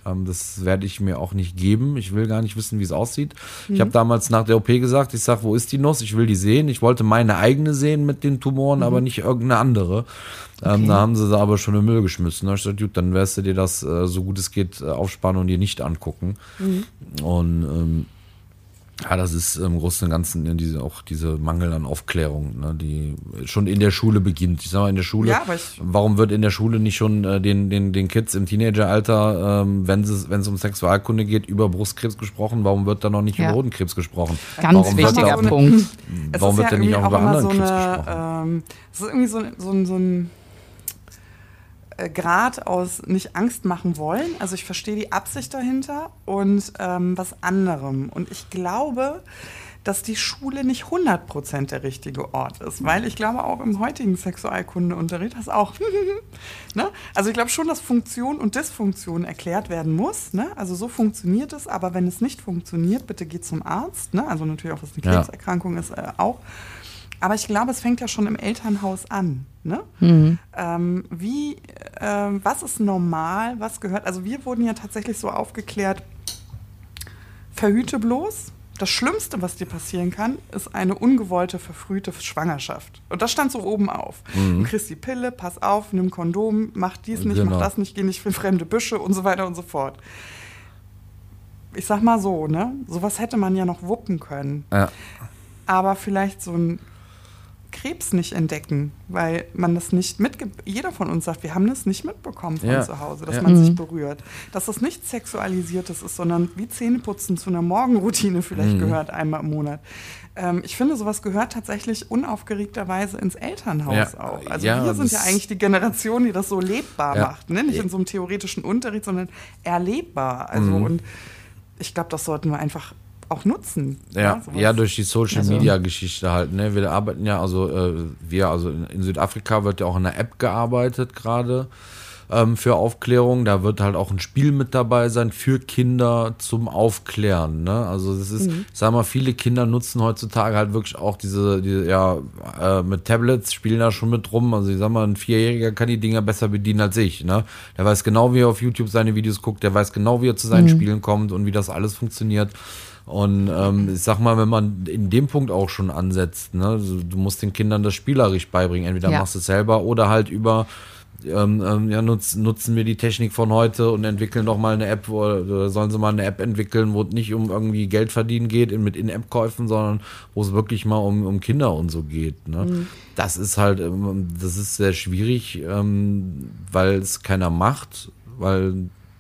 Ähm, das werde ich mir auch nicht geben. Ich will gar nicht wissen, wie es aussieht. Mhm. Ich habe damals nach der O P gesagt, ich sage, wo ist die Nuss? Ich will die sehen. Ich wollte meine eigene sehen mit den Tumoren, mhm. aber nicht irgendeine andere. Okay. Ähm, da haben sie sie aber schon in den Müll geschmissen. Da habe ich gesagt, gut, dann wirst du dir das, äh, so gut es geht, äh, aufsparen und dir nicht angucken. Mhm. Und ähm, ja, das ist im Großen und Ganzen ja, diese, auch diese Mangel an Aufklärung, ne, die schon in der Schule beginnt. Ich sag mal, in der Schule, ja, aber ich warum wird in der Schule nicht schon äh, den, den, den Kids im Teenageralter, ähm, wenn es wenn es um Sexualkunde geht, über Brustkrebs gesprochen? Warum wird da noch nicht ja. über Hodenkrebs gesprochen? Ganz warum wichtiger wird, Punkt. Warum wird ja denn nicht auch über anderen so Krebs eine, gesprochen? Ähm, es ist irgendwie so, so, ein- so ein Grad aus nicht Angst machen wollen. Also ich verstehe die Absicht dahinter und ähm, was anderem. Und ich glaube, dass die Schule nicht hundert Prozent der richtige Ort ist, weil ich glaube auch im heutigen Sexualkundeunterricht das auch, ne? Also ich glaube schon, dass Funktion und Dysfunktion erklärt werden muss, ne? Also so funktioniert es, aber wenn es nicht funktioniert, bitte geht zum Arzt, ne? Also natürlich auch, was eine Krebserkrankung ist, äh, auch. Aber ich glaube, es fängt ja schon im Elternhaus an. Ne? Mhm. Ähm, wie, ähm, was ist normal, was gehört, also wir wurden ja tatsächlich so aufgeklärt, verhüte bloß. Das Schlimmste, was dir passieren kann, ist eine ungewollte, verfrühte Schwangerschaft. Und das stand so oben auf. Mhm. Du kriegst die Pille, pass auf, nimm Kondom, mach dies nicht, genau. mach das nicht, geh nicht für fremde Büsche und so weiter und so fort. Ich sag mal so, ne? Sowas hätte man ja noch wuppen können. Ja. Aber vielleicht so ein Krebs nicht entdecken, weil man das nicht mitge... Jeder von uns sagt, wir haben das nicht mitbekommen von ja. zu Hause, dass ja. man mhm. sich berührt. Dass das nichts Sexualisiertes ist, sondern wie Zähneputzen zu einer Morgenroutine vielleicht mhm. gehört, einmal im Monat. Ähm, ich finde, sowas gehört tatsächlich unaufgeregterweise ins Elternhaus ja. auch. Also ja, wir sind ja eigentlich die Generation, die das so lebbar ja. macht. Ne? Nicht in so einem theoretischen Unterricht, sondern erlebbar. Also mhm. und ich glaube, das sollten wir einfach auch nutzen. Ja, ja, ja, durch die Social-Media-Geschichte halt. Ne? Wir arbeiten ja, also äh, wir, also in, in Südafrika wird ja auch in einer App gearbeitet gerade ähm, für Aufklärung. Da wird halt auch ein Spiel mit dabei sein für Kinder zum Aufklären. Ne? Also das ist, mhm. sag mal, viele Kinder nutzen heutzutage halt wirklich auch diese, diese ja, äh, mit Tablets, spielen da schon mit rum. Also ich sag mal, ein Vierjähriger kann die Dinger besser bedienen als ich. Ne? Der weiß genau, wie er auf YouTube seine Videos guckt, der weiß genau, wie er zu seinen mhm. Spielen kommt und wie das alles funktioniert. Und ähm, ich sag mal, wenn man in dem Punkt auch schon ansetzt, ne, also du musst den Kindern das spielerisch beibringen. Entweder ja. machst du es selber oder halt über, ähm, ähm, ja, nutz, nutzen wir die Technik von heute und entwickeln doch mal eine App, wo, oder sollen sie mal eine App entwickeln, wo es nicht um irgendwie Geld verdienen geht mit In-App-Käufen, sondern wo es wirklich mal um, um Kinder und so geht. Ne? Mhm. Das ist halt, das ist sehr schwierig, ähm, weil es keiner macht, weil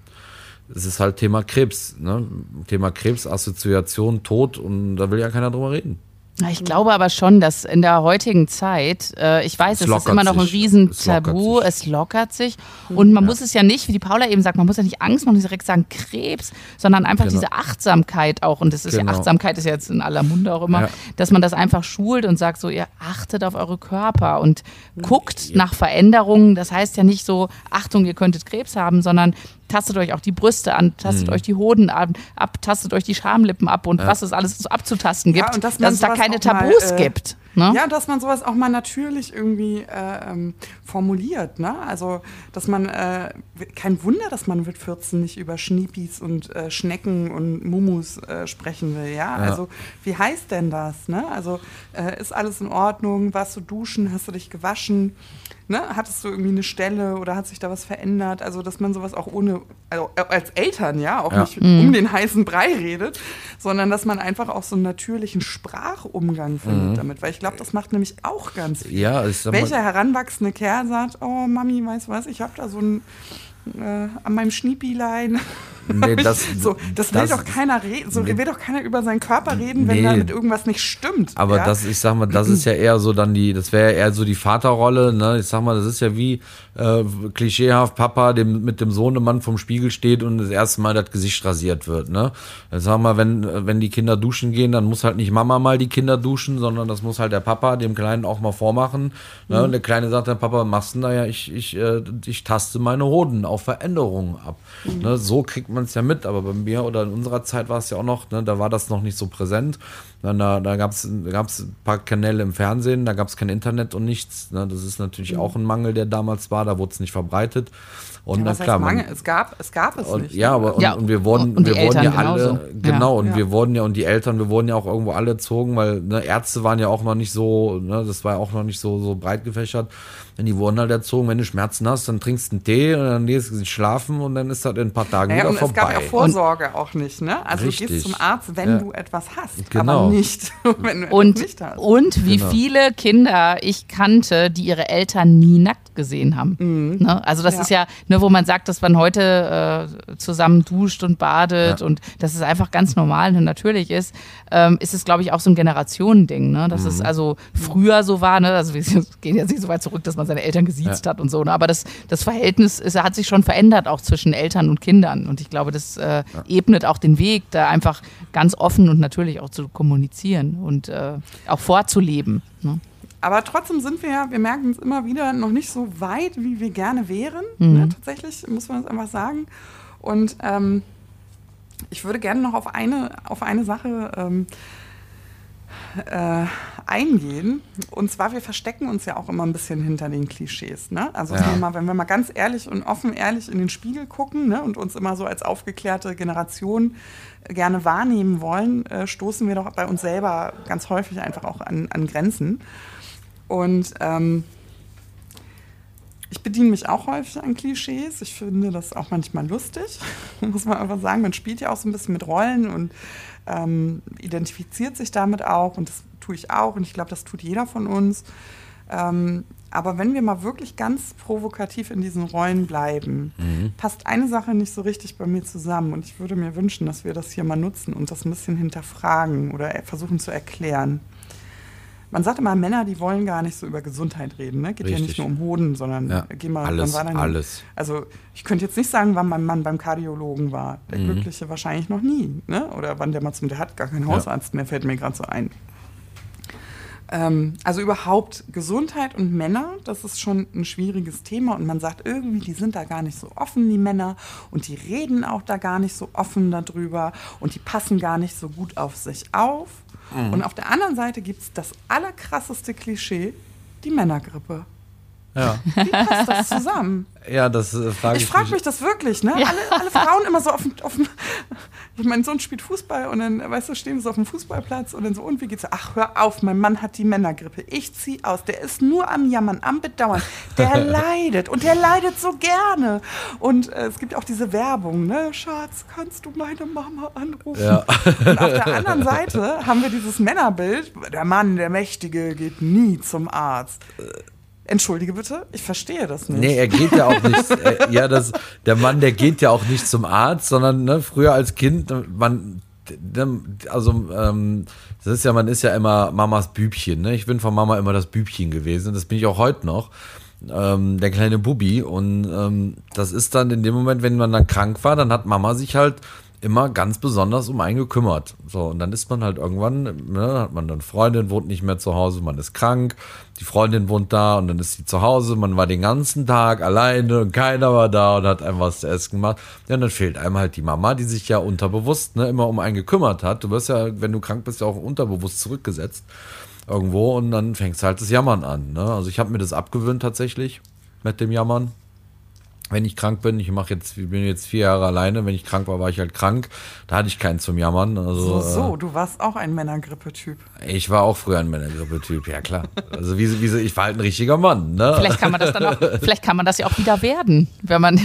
es ist halt Thema Krebs, ne? Thema Krebs, Assoziation, Tod und da will ja keiner drüber reden. Ich glaube aber schon, dass in der heutigen Zeit, äh, ich weiß, es, es ist immer noch ein Riesentabu, es lockert sich, es lockert sich. Und man ja. muss es ja nicht, wie die Paula eben sagt, man muss ja nicht Angst machen und direkt sagen Krebs, sondern einfach genau. diese Achtsamkeit auch, und das ist genau. ja, Achtsamkeit ist ja jetzt in aller Munde auch immer, ja. dass man das einfach schult und sagt so, ihr achtet auf eure Körper und guckt ja. nach Veränderungen. Das heißt ja nicht so, Achtung, ihr könntet Krebs haben, sondern tastet euch auch die Brüste an, tastet mhm. euch die Hoden ab, ab, tastet euch die Schamlippen ab und ja. was es alles so abzutasten gibt, ja, und dass, dass es da keine Tabus mal, äh, gibt. Ne? Ja, dass man sowas auch mal natürlich irgendwie äh, ähm, formuliert. Ne? Also, dass man, äh, kein Wunder, dass man mit vierzehn nicht über Schniepis und äh, Schnecken und Mumus äh, sprechen will. Ja? ja, also wie heißt denn das? Ne? Also, äh, ist alles in Ordnung? Warst du duschen? Hast du dich gewaschen? Ne? Hattest du irgendwie eine Stelle oder hat sich da was verändert? Also, dass man sowas auch ohne, also als Eltern, ja, auch ja. nicht mhm. um den heißen Brei redet, sondern dass man einfach auch so einen natürlichen Sprachumgang findet mhm. damit. Weil ich glaube, das macht nämlich auch ganz viel. Ja, ich sag mal, welcher heranwachsende Kerl sagt, oh Mami, weißt du was, ich habe da so ein äh, an meinem Schniepilein. Nee, das, so, das will das, doch keiner reden, so nee. will doch keiner über seinen Körper reden, wenn nee. damit irgendwas nicht stimmt. Aber ja? das, ich sag mal, das ist ja eher so dann die, das wäre ja eher so die Vaterrolle, ne? Ich sag mal, das ist ja wie äh, klischeehaft Papa, dem mit dem Sohnemann vom Spiegel steht und das erste Mal das Gesicht rasiert wird, ne? Ich sag mal, wenn wenn die Kinder duschen gehen, dann muss halt nicht Mama mal die Kinder duschen, sondern das muss halt der Papa dem Kleinen auch mal vormachen. Ne? Mhm. Und der Kleine sagt dann, Papa, was machst du denn da? Ja, ich ich äh, ich taste meine Hoden auf Veränderungen ab. Mhm. Ne? So kriegt man man es ja mit, aber bei mir oder in unserer Zeit war es ja auch noch, ne, da war das noch nicht so präsent. Dann, da da gab es ein paar Kanäle im Fernsehen, da gab es kein Internet und nichts. Ne, das ist natürlich mhm. auch ein Mangel, der damals war, da wurde es nicht verbreitet. Und ja, dann, klar, Mangel? Es gab, es gab es und, nicht. Ja, aber und, ja, und wir wurden, und die wir wurden Eltern ja alle, genauso. genau, Ja. und Ja. wir wurden ja, und die Eltern, wir wurden ja auch irgendwo alle erzogen, weil ne, Ärzte waren ja auch noch nicht so, ne, das war ja auch noch nicht so, so breit gefächert. Denn die wurden halt erzogen, wenn du Schmerzen hast, dann trinkst du einen Tee und dann gehst du schlafen und dann ist das in ein paar Tagen naja, wieder und vorbei. Es gab ja Vorsorge auch nicht, ne? Also Richtig. du gehst zum Arzt, wenn Ja. du etwas hast, Genau. aber nicht, wenn du Und, etwas nicht hast. und wie Genau. viele Kinder ich kannte, die ihre Eltern nie nackt gesehen haben. Mhm. Ne? Also das Ja. ist ja, ne, wo man sagt, dass man heute äh, zusammen duscht und badet Ja. und dass es einfach ganz normal und natürlich ist, ähm, ist es, glaube ich, auch so ein Generationending. Ne? Dass Mhm. es also früher so war, ne? Also wir gehen jetzt nicht so weit zurück, dass man seine Eltern gesiezt Ja. hat und so, ne? Aber das, das Verhältnis ist, hat sich schon verändert, auch zwischen Eltern und Kindern. Und ich glaube, das äh, ebnet auch den Weg, da einfach ganz offen und natürlich auch zu kommunizieren und äh, auch vorzuleben. Ne? Aber trotzdem sind wir ja, wir merken es immer wieder, noch nicht so weit, wie wir gerne wären. Mhm. Ne? Tatsächlich muss man das einfach sagen. Und ähm, ich würde gerne noch auf eine, auf eine Sache ähm, äh, eingehen. Und zwar, wir verstecken uns ja auch immer ein bisschen hinter den Klischees. Ne? Also Ja. wenn, wir mal, wenn wir mal ganz ehrlich und offen ehrlich in den Spiegel gucken, ne? Und uns immer so als aufgeklärte Generation gerne wahrnehmen wollen, äh, stoßen wir doch bei uns selber ganz häufig einfach auch an, an Grenzen. Und ähm, ich bediene mich auch häufig an Klischees. Ich finde das auch manchmal lustig, muss man einfach sagen. Man spielt ja auch so ein bisschen mit Rollen und ähm, identifiziert sich damit auch. Und das tue ich auch. Und ich glaube, das tut jeder von uns. Ähm, aber wenn wir mal wirklich ganz provokativ in diesen Rollen bleiben, Mhm. passt eine Sache nicht so richtig bei mir zusammen. Und ich würde mir wünschen, dass wir das hier mal nutzen und das ein bisschen hinterfragen oder versuchen zu erklären. Man sagt immer, Männer, die wollen gar nicht so über Gesundheit reden. Ne? Geht ja Richtig. nicht nur um Hoden, sondern Ja, geh mal, alles, wann war denn, alles. Also ich könnte jetzt nicht sagen, wann mein Mann beim Kardiologen war. Der Mhm. Glückliche wahrscheinlich noch nie. Ne? Oder wann der mal zum, der hat gar keinen Ja. Hausarzt mehr, fällt mir gerade so ein. Ähm, also überhaupt Gesundheit und Männer, das ist schon ein schwieriges Thema. Und man sagt irgendwie, die sind da gar nicht so offen, die Männer. Und die reden auch da gar nicht so offen darüber. Und die passen gar nicht so gut auf sich auf. Mhm. Und auf der anderen Seite gibt es das allerkrasseste Klischee, die Männergrippe. Ja, Wie passt das zusammen? ja das äh, frage ich, Ich frage mich das wirklich, ne? Ja. Alle, alle Frauen immer so auf dem, auf dem, mein Sohn spielt Fußball und dann, weißt du, stehen wir so auf dem Fußballplatz und dann so, und wie geht's? Ach, hör auf, mein Mann hat die Männergrippe. Ich zieh aus. Der ist nur am Jammern, am Bedauern. Der leidet und der leidet so gerne. Und äh, es gibt auch diese Werbung, ne? Schatz, kannst du meine Mama anrufen? Ja. Und auf der anderen Seite haben wir dieses Männerbild, der Mann, der Mächtige, geht nie zum Arzt. Entschuldige bitte, ich verstehe das nicht. Nee, er geht ja auch nicht. äh, ja, das, der Mann, der geht ja auch nicht zum Arzt, sondern ne, früher als Kind, man, also ähm, das ist ja, man ist ja immer Mamas Bübchen. Ne? Ich bin von Mama immer das Bübchen gewesen. Das bin ich auch heute noch. Ähm, der kleine Bubi. Und ähm, das ist dann in dem Moment, wenn man dann krank war, dann hat Mama sich halt immer ganz besonders um einen gekümmert. So, und dann ist man halt irgendwann, ne, hat man dann Freundin, wohnt nicht mehr zu Hause, man ist krank, die Freundin wohnt da und dann ist sie zu Hause, man war den ganzen Tag alleine und keiner war da und hat einem was zu essen gemacht. Ja, und dann fehlt einem halt die Mama, die sich ja unterbewusst ne, immer um einen gekümmert hat. Du wirst ja, wenn du krank bist, ja auch unterbewusst zurückgesetzt irgendwo und dann fängst halt das Jammern an. Ne? Also ich habe mir das abgewöhnt tatsächlich mit dem Jammern. Wenn ich krank bin, ich mache jetzt, ich bin jetzt vier Jahre alleine, wenn ich krank war, war ich halt krank. Da hatte ich keinen zum Jammern. Also, So, so, du warst auch ein Männergrippe-Typ. Äh, ich war auch früher ein Männergrippe-Typ, ja klar. Also wie, wie, ich war halt ein richtiger Mann. Ne? Vielleicht kann man das dann auch, vielleicht kann man das ja auch wieder werden, wenn man.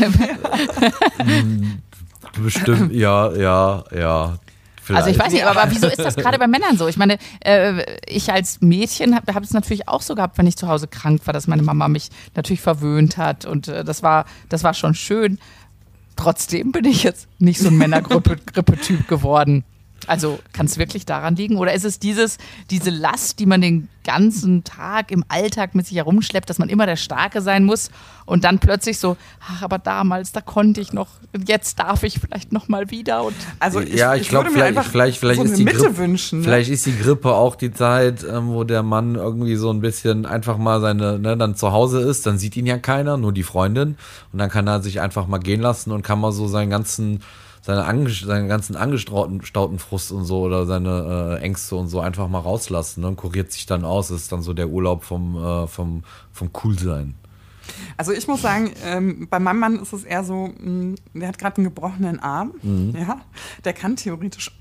Bestimmt, ja, ja, ja. Vielleicht. Also ich weiß nicht, aber wieso ist das gerade bei Männern so? Ich meine, äh, ich als Mädchen habe hab es natürlich auch so gehabt, wenn ich zu Hause krank war, dass meine Mama mich natürlich verwöhnt hat und äh, das war, das war schon schön. Trotzdem bin ich jetzt nicht so ein Männergrippe-Typ geworden. Also kann es wirklich daran liegen? Oder ist es dieses, diese Last, die man den ganzen Tag im Alltag mit sich herumschleppt, dass man immer der Starke sein muss und dann plötzlich so, ach, aber damals, da konnte ich noch, jetzt darf ich vielleicht noch mal wieder. Und Also ich, ja, ich, ich glaube, würde mir vielleicht, einfach vielleicht, vielleicht so ist eine die Mitte Grippe, wünschen. Ne? Vielleicht ist die Grippe auch die Zeit, ähm, wo der Mann irgendwie so ein bisschen einfach mal seine, ne, dann zu Hause ist, dann sieht ihn ja keiner, nur die Freundin und dann kann er sich einfach mal gehen lassen und kann mal so seinen ganzen seine, Ange- seinen ganzen angestauten Frust und so oder seine äh, Ängste und so einfach mal rauslassen, ne? Und kuriert sich dann aus. Das ist dann so der Urlaub vom, äh, vom, vom Coolsein. Also ich muss sagen, ähm, bei meinem Mann ist es eher so, mh, der hat gerade einen gebrochenen Arm, mhm. ja, der kann theoretisch,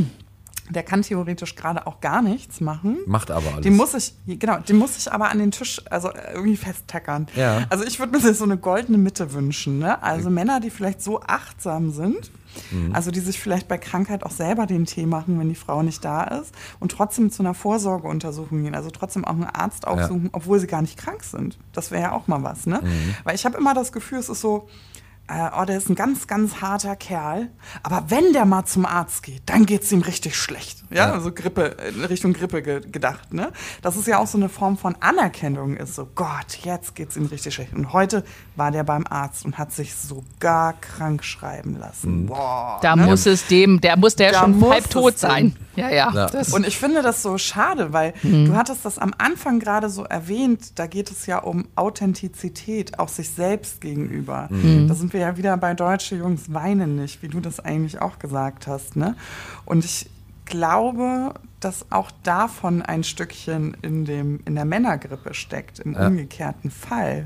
der kann theoretisch gerade auch gar nichts machen. Macht aber alles. Den muss ich, genau, den muss ich aber an den Tisch, also irgendwie festtackern. Ja. Also ich würde mir so eine goldene Mitte wünschen, ne? Also Männer, die vielleicht so achtsam sind, mhm. also die sich vielleicht bei Krankheit auch selber den Tee machen, wenn die Frau nicht da ist und trotzdem zu einer Vorsorgeuntersuchung gehen, also trotzdem auch einen Arzt aufsuchen, ja. obwohl sie gar nicht krank sind. Das wäre ja auch mal was, ne? Mhm. Weil ich habe immer das Gefühl, es ist so, äh, oh, der ist ein ganz, ganz harter Kerl, aber wenn der mal zum Arzt geht, dann geht es ihm richtig schlecht. Ja, ja. Also Grippe, in Richtung Grippe ge- gedacht, ne? Das ist ja auch so eine Form von Anerkennung, ist so, Gott, jetzt geht es ihm richtig schlecht. Und heute war der beim Arzt und hat sich sogar krank schreiben lassen. Mhm. Boah, da ne? muss es dem, der muss der da schon muss halb tot sein. Ja, ja. ja. Das. Und ich finde das so schade, weil mhm. du hattest das am Anfang gerade so erwähnt, da geht es ja um Authentizität, auch sich selbst gegenüber. Mhm. Da sind wir ja wieder bei Deutsche Jungs weinen nicht, wie du das eigentlich auch gesagt hast, ne? Und ich glaube, dass auch davon ein Stückchen in, dem, in der Männergrippe steckt, im ja. umgekehrten Fall.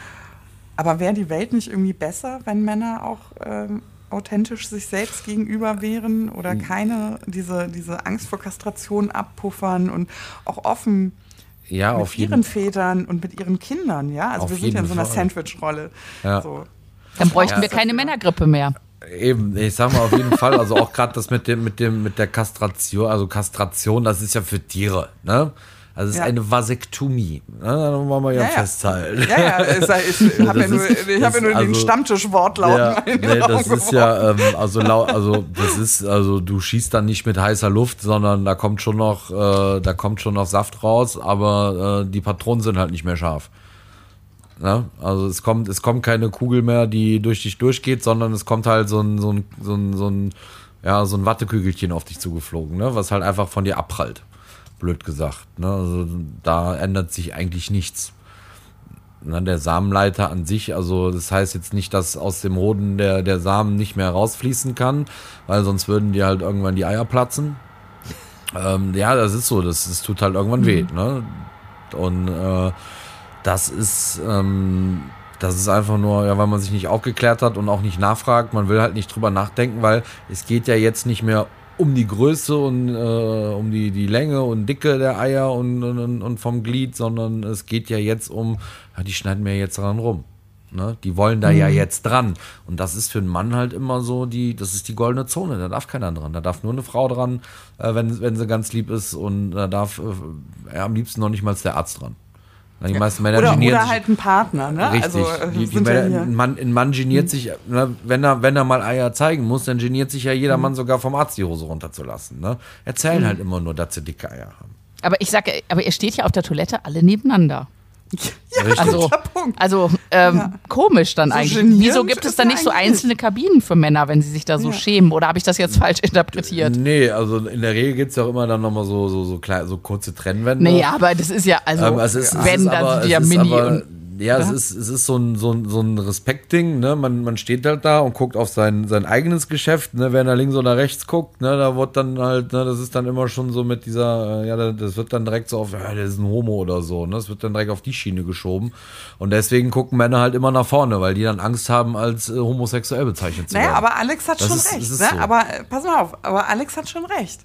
Aber wäre die Welt nicht irgendwie besser, wenn Männer auch ähm, authentisch sich selbst gegenüber wären oder keine, diese, diese Angst vor Kastration abpuffern und auch offen ja, mit auf jeden ihren Vätern und mit ihren Kindern, ja? Also auf wir sind ja in so einer Fall. Sandwich-Rolle. Ja. So. Dann bräuchten ja. wir keine Männergrippe mehr. Eben, ich sag mal auf jeden Fall, also auch gerade das mit dem, mit dem, mit der Kastration, also Kastration, das ist ja für Tiere, ne? Also es ist ja. eine Vasektomie, ne? Da wollen wir ja, ja festhalten. Ja, ja, ich, ich, ich habe ja nur, ich hab ja nur also, den Stammtischwortlaut. Ja, nee, das ist ja, ähm, also, lau, also das ist, also du schießt dann nicht mit heißer Luft, sondern da kommt schon noch, äh, da kommt schon noch Saft raus, aber äh, die Patronen sind halt nicht mehr scharf. Ja, also es kommt, es kommt keine Kugel mehr, die durch dich durchgeht, sondern es kommt halt so ein, so ein, so ein, so ein, ja, so ein Wattekügelchen auf dich zugeflogen, ne, was halt einfach von dir abprallt. Blöd gesagt. Ne? Also da ändert sich eigentlich nichts. Ne, der Samenleiter an sich, also das heißt jetzt nicht, dass aus dem Hoden der, der Samen nicht mehr rausfließen kann, weil sonst würden die halt irgendwann die Eier platzen. Ähm, ja, das ist so, das, das tut halt irgendwann weh. Ne? Und äh, das ist, ähm, das ist einfach nur, ja, weil man sich nicht aufgeklärt hat und auch nicht nachfragt. Man will halt nicht drüber nachdenken, weil es geht ja jetzt nicht mehr um die Größe und äh, um die, die Länge und Dicke der Eier und, und, und vom Glied, sondern es geht ja jetzt um, ja, die schneiden mir jetzt dran rum. Ne? Die wollen da mhm. ja jetzt dran. Und das ist für einen Mann halt immer so, die, das ist die goldene Zone, da darf keiner dran. Da darf nur eine Frau dran, äh, wenn, wenn sie ganz lieb ist, und da darf äh, ja, am liebsten noch nicht mal der Arzt dran. Die meisten Männer oder, genieren oder sich, halt ein Partner, ne? Richtig. Also, die, die sind Männer, ja ein, Mann, ein Mann geniert mhm. sich, ne, wenn er, wenn er mal Eier zeigen muss, dann geniert sich ja jeder mhm. Mann sogar vom Arzt die Hose runterzulassen. Ne? Erzählen mhm. halt immer nur, dass sie dicke Eier haben. Aber ich sage, aber ihr steht ja auf der Toilette alle nebeneinander. Ja, also, Punkt. also ähm, ja. komisch dann so eigentlich. Wieso gibt es dann nicht so einzelne Kabinen für Männer, wenn sie sich da so ja. schämen? Oder habe ich das jetzt falsch interpretiert? Nee, also in der Regel gibt es ja auch immer dann nochmal so, so, so, klein, so kurze Trennwände. Nee, aber das ist ja, also ähm, es ist, wenn, es ist dann aber, sind die ja mini aber, und ja, es ist, es ist so ein, so ein, so ein Respektding, ne? Man, man steht halt da und guckt auf sein, sein eigenes Geschäft, ne? Wenn er links oder rechts guckt, ne? Da wird dann halt, ne? Das ist dann immer schon so mit dieser, ja, das wird dann direkt so auf, ja, der ist ein Homo oder so, ne? Das wird dann direkt auf die Schiene geschoben. Und deswegen gucken Männer halt immer nach vorne, weil die dann Angst haben, als äh, homosexuell bezeichnet zu werden. Naja, aber Alex hat das schon ist, recht, ist ne? so. Aber äh, pass mal auf, aber Alex hat schon recht.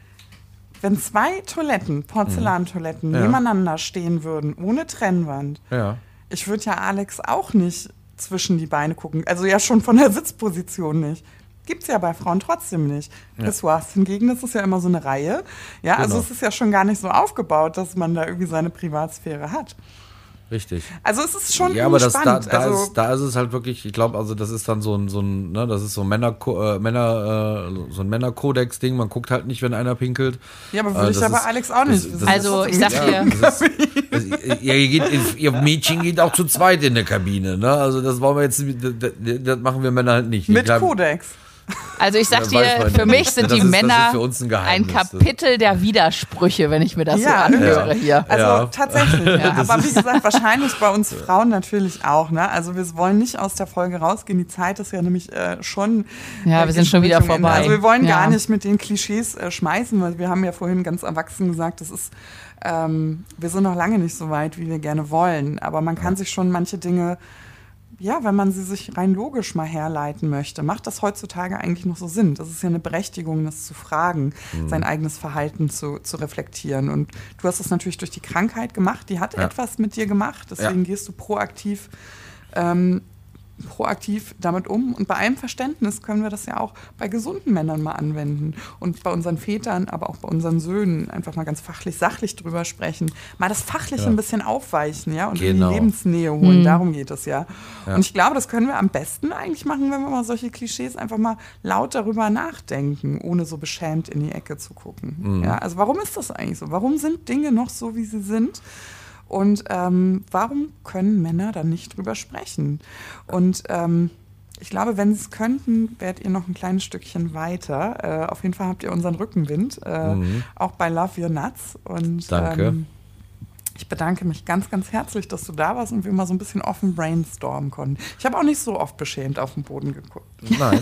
Wenn zwei Toiletten, Porzellantoiletten, ja. nebeneinander stehen würden, ohne Trennwand, ja. ich würde ja Alex auch nicht zwischen die Beine gucken. Also ja schon von der Sitzposition nicht. Gibt's ja bei Frauen trotzdem nicht. Ja. Pissoirs hingegen, das ist ja immer so eine Reihe. Ja, also Genau. es ist ja schon gar nicht so aufgebaut, dass man da irgendwie seine Privatsphäre hat. Richtig. Also es ist schon ja, aber das, spannend. da, da, also, ist, da ist es halt wirklich, ich glaube, also das ist dann so ein, so ein, ne, das ist so ein Männer, äh, Männer, äh, so ein Männerkodex-Ding. Man guckt halt nicht, wenn einer pinkelt. Ja, aber würde äh, ich ja bei ist, Alex auch nicht. Das, das also ich sag dir, ja, das ist, das, ihr, ihr, geht, ihr Mädchen geht auch zu zweit in der Kabine, ne? Also das wollen wir jetzt, das, das machen wir Männer halt nicht. Mit glaub, Kodex. Also ich sag Ja, dir, weiß man für nicht. mich sind Das die ist- das ist Männer für uns ein ein Geheimnis. Kapitel der Widersprüche, wenn ich mir das Ja, so anhöre ja. hier. Also Ja. tatsächlich. Ja, aber wie gesagt, wahrscheinlich bei uns Frauen natürlich auch. Ne? Also wir wollen nicht aus der Folge rausgehen. Die Zeit ist ja nämlich äh, schon. Ja, äh, wir sind schon wieder Richtung Ende. vorbei. Also wir wollen Ja. gar nicht mit den Klischees äh, schmeißen, weil wir haben ja vorhin ganz erwachsen gesagt, das ist, ähm, wir sind noch lange nicht so weit, wie wir gerne wollen. Aber man kann sich schon manche Dinge, ja, wenn man sie sich rein logisch mal herleiten möchte, macht das heutzutage eigentlich noch so Sinn? Das ist ja eine Berechtigung, das zu fragen, mhm. sein eigenes Verhalten zu, zu reflektieren. Und du hast es natürlich durch die Krankheit gemacht, die hat Ja. etwas mit dir gemacht, deswegen Ja. gehst du proaktiv ähm, proaktiv damit um. Und bei allem Verständnis können wir das ja auch bei gesunden Männern mal anwenden. Und bei unseren Vätern, aber auch bei unseren Söhnen einfach mal ganz fachlich, sachlich drüber sprechen. Mal das Fachliche Ja. ein bisschen aufweichen, ja, und Genau. in die Lebensnähe holen. Mhm. Darum geht es ja. Ja. Und ich glaube, das können wir am besten eigentlich machen, wenn wir mal solche Klischees einfach mal laut darüber nachdenken, ohne so beschämt in die Ecke zu gucken. Mhm. Ja, also warum ist das eigentlich so? Warum sind Dinge noch so, wie sie sind? Und ähm, warum können Männer dann nicht drüber sprechen? Und ähm, ich glaube, wenn sie es könnten, wärt ihr noch ein kleines Stückchen weiter. Äh, auf jeden Fall habt ihr unseren Rückenwind, äh, Mhm. auch bei Love Your Nuts. Und, Danke. Ähm, ich bedanke mich ganz, ganz herzlich, dass du da warst und wir mal so ein bisschen offen brainstormen konnten. Ich habe auch nicht so oft beschämt auf den Boden geguckt. Nein.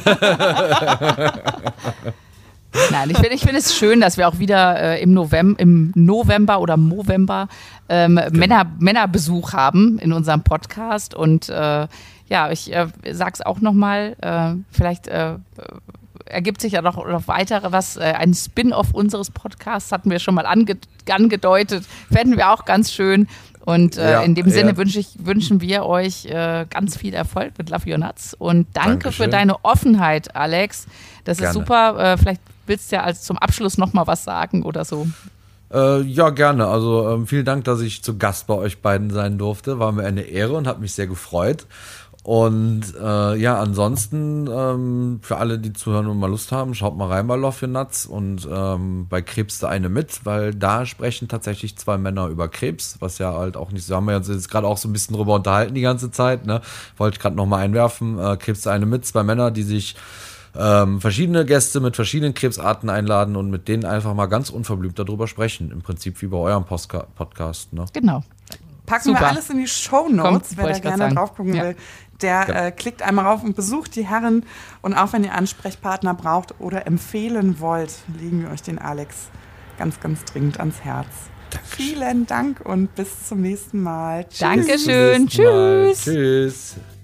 Nein, ich finde ich find es schön, dass wir auch wieder äh, im, November, im November oder Movember ähm, Genau. Männer, Männerbesuch haben in unserem Podcast. Und äh, ja, ich äh, sag's auch nochmal, äh, vielleicht äh, ergibt sich ja noch, noch weitere was. Äh, ein Spin-off unseres Podcasts hatten wir schon mal ange angedeutet. Fänden wir auch ganz schön. Und äh, Ja, in dem Sinne ja. wünsch ich, wünschen wir euch äh, ganz viel Erfolg mit Love Your Nuts. Und danke Dankeschön. für deine Offenheit, Alex. Das Gerne. ist super. Äh, vielleicht willst du ja als zum Abschluss noch mal was sagen oder so. Äh, ja, gerne. Also ähm, vielen Dank, dass ich zu Gast bei euch beiden sein durfte. War mir eine Ehre und hat mich sehr gefreut. Und äh, ja, ansonsten ähm, für alle, die zuhören und mal Lust haben, schaut mal rein bei Love Your Nuts und ähm, bei Krebs der eine mit, weil da sprechen tatsächlich zwei Männer über Krebs, was ja halt auch nicht so, haben wir uns jetzt gerade auch so ein bisschen drüber unterhalten die ganze Zeit, ne? Wollte ich gerade nochmal einwerfen, äh, Krebs der eine mit, zwei Männer, die sich ähm, verschiedene Gäste mit verschiedenen Krebsarten einladen und mit denen einfach mal ganz unverblümt darüber sprechen, im Prinzip wie bei eurem Postka- Podcast, ne? Genau. Packen Super. wir alles in die Shownotes, Kommt, wer wollte da ich grad gerne sagen. drauf gucken Ja. will. Der Ja. äh, klickt einmal rauf und besucht die Herren. Und auch wenn ihr Ansprechpartner braucht oder empfehlen wollt, legen wir euch den Alex ganz, ganz dringend ans Herz. Dankeschön. Vielen Dank und bis zum nächsten Mal. Tschüss. Dankeschön. Bis zum nächsten Mal. Tschüss. Tschüss.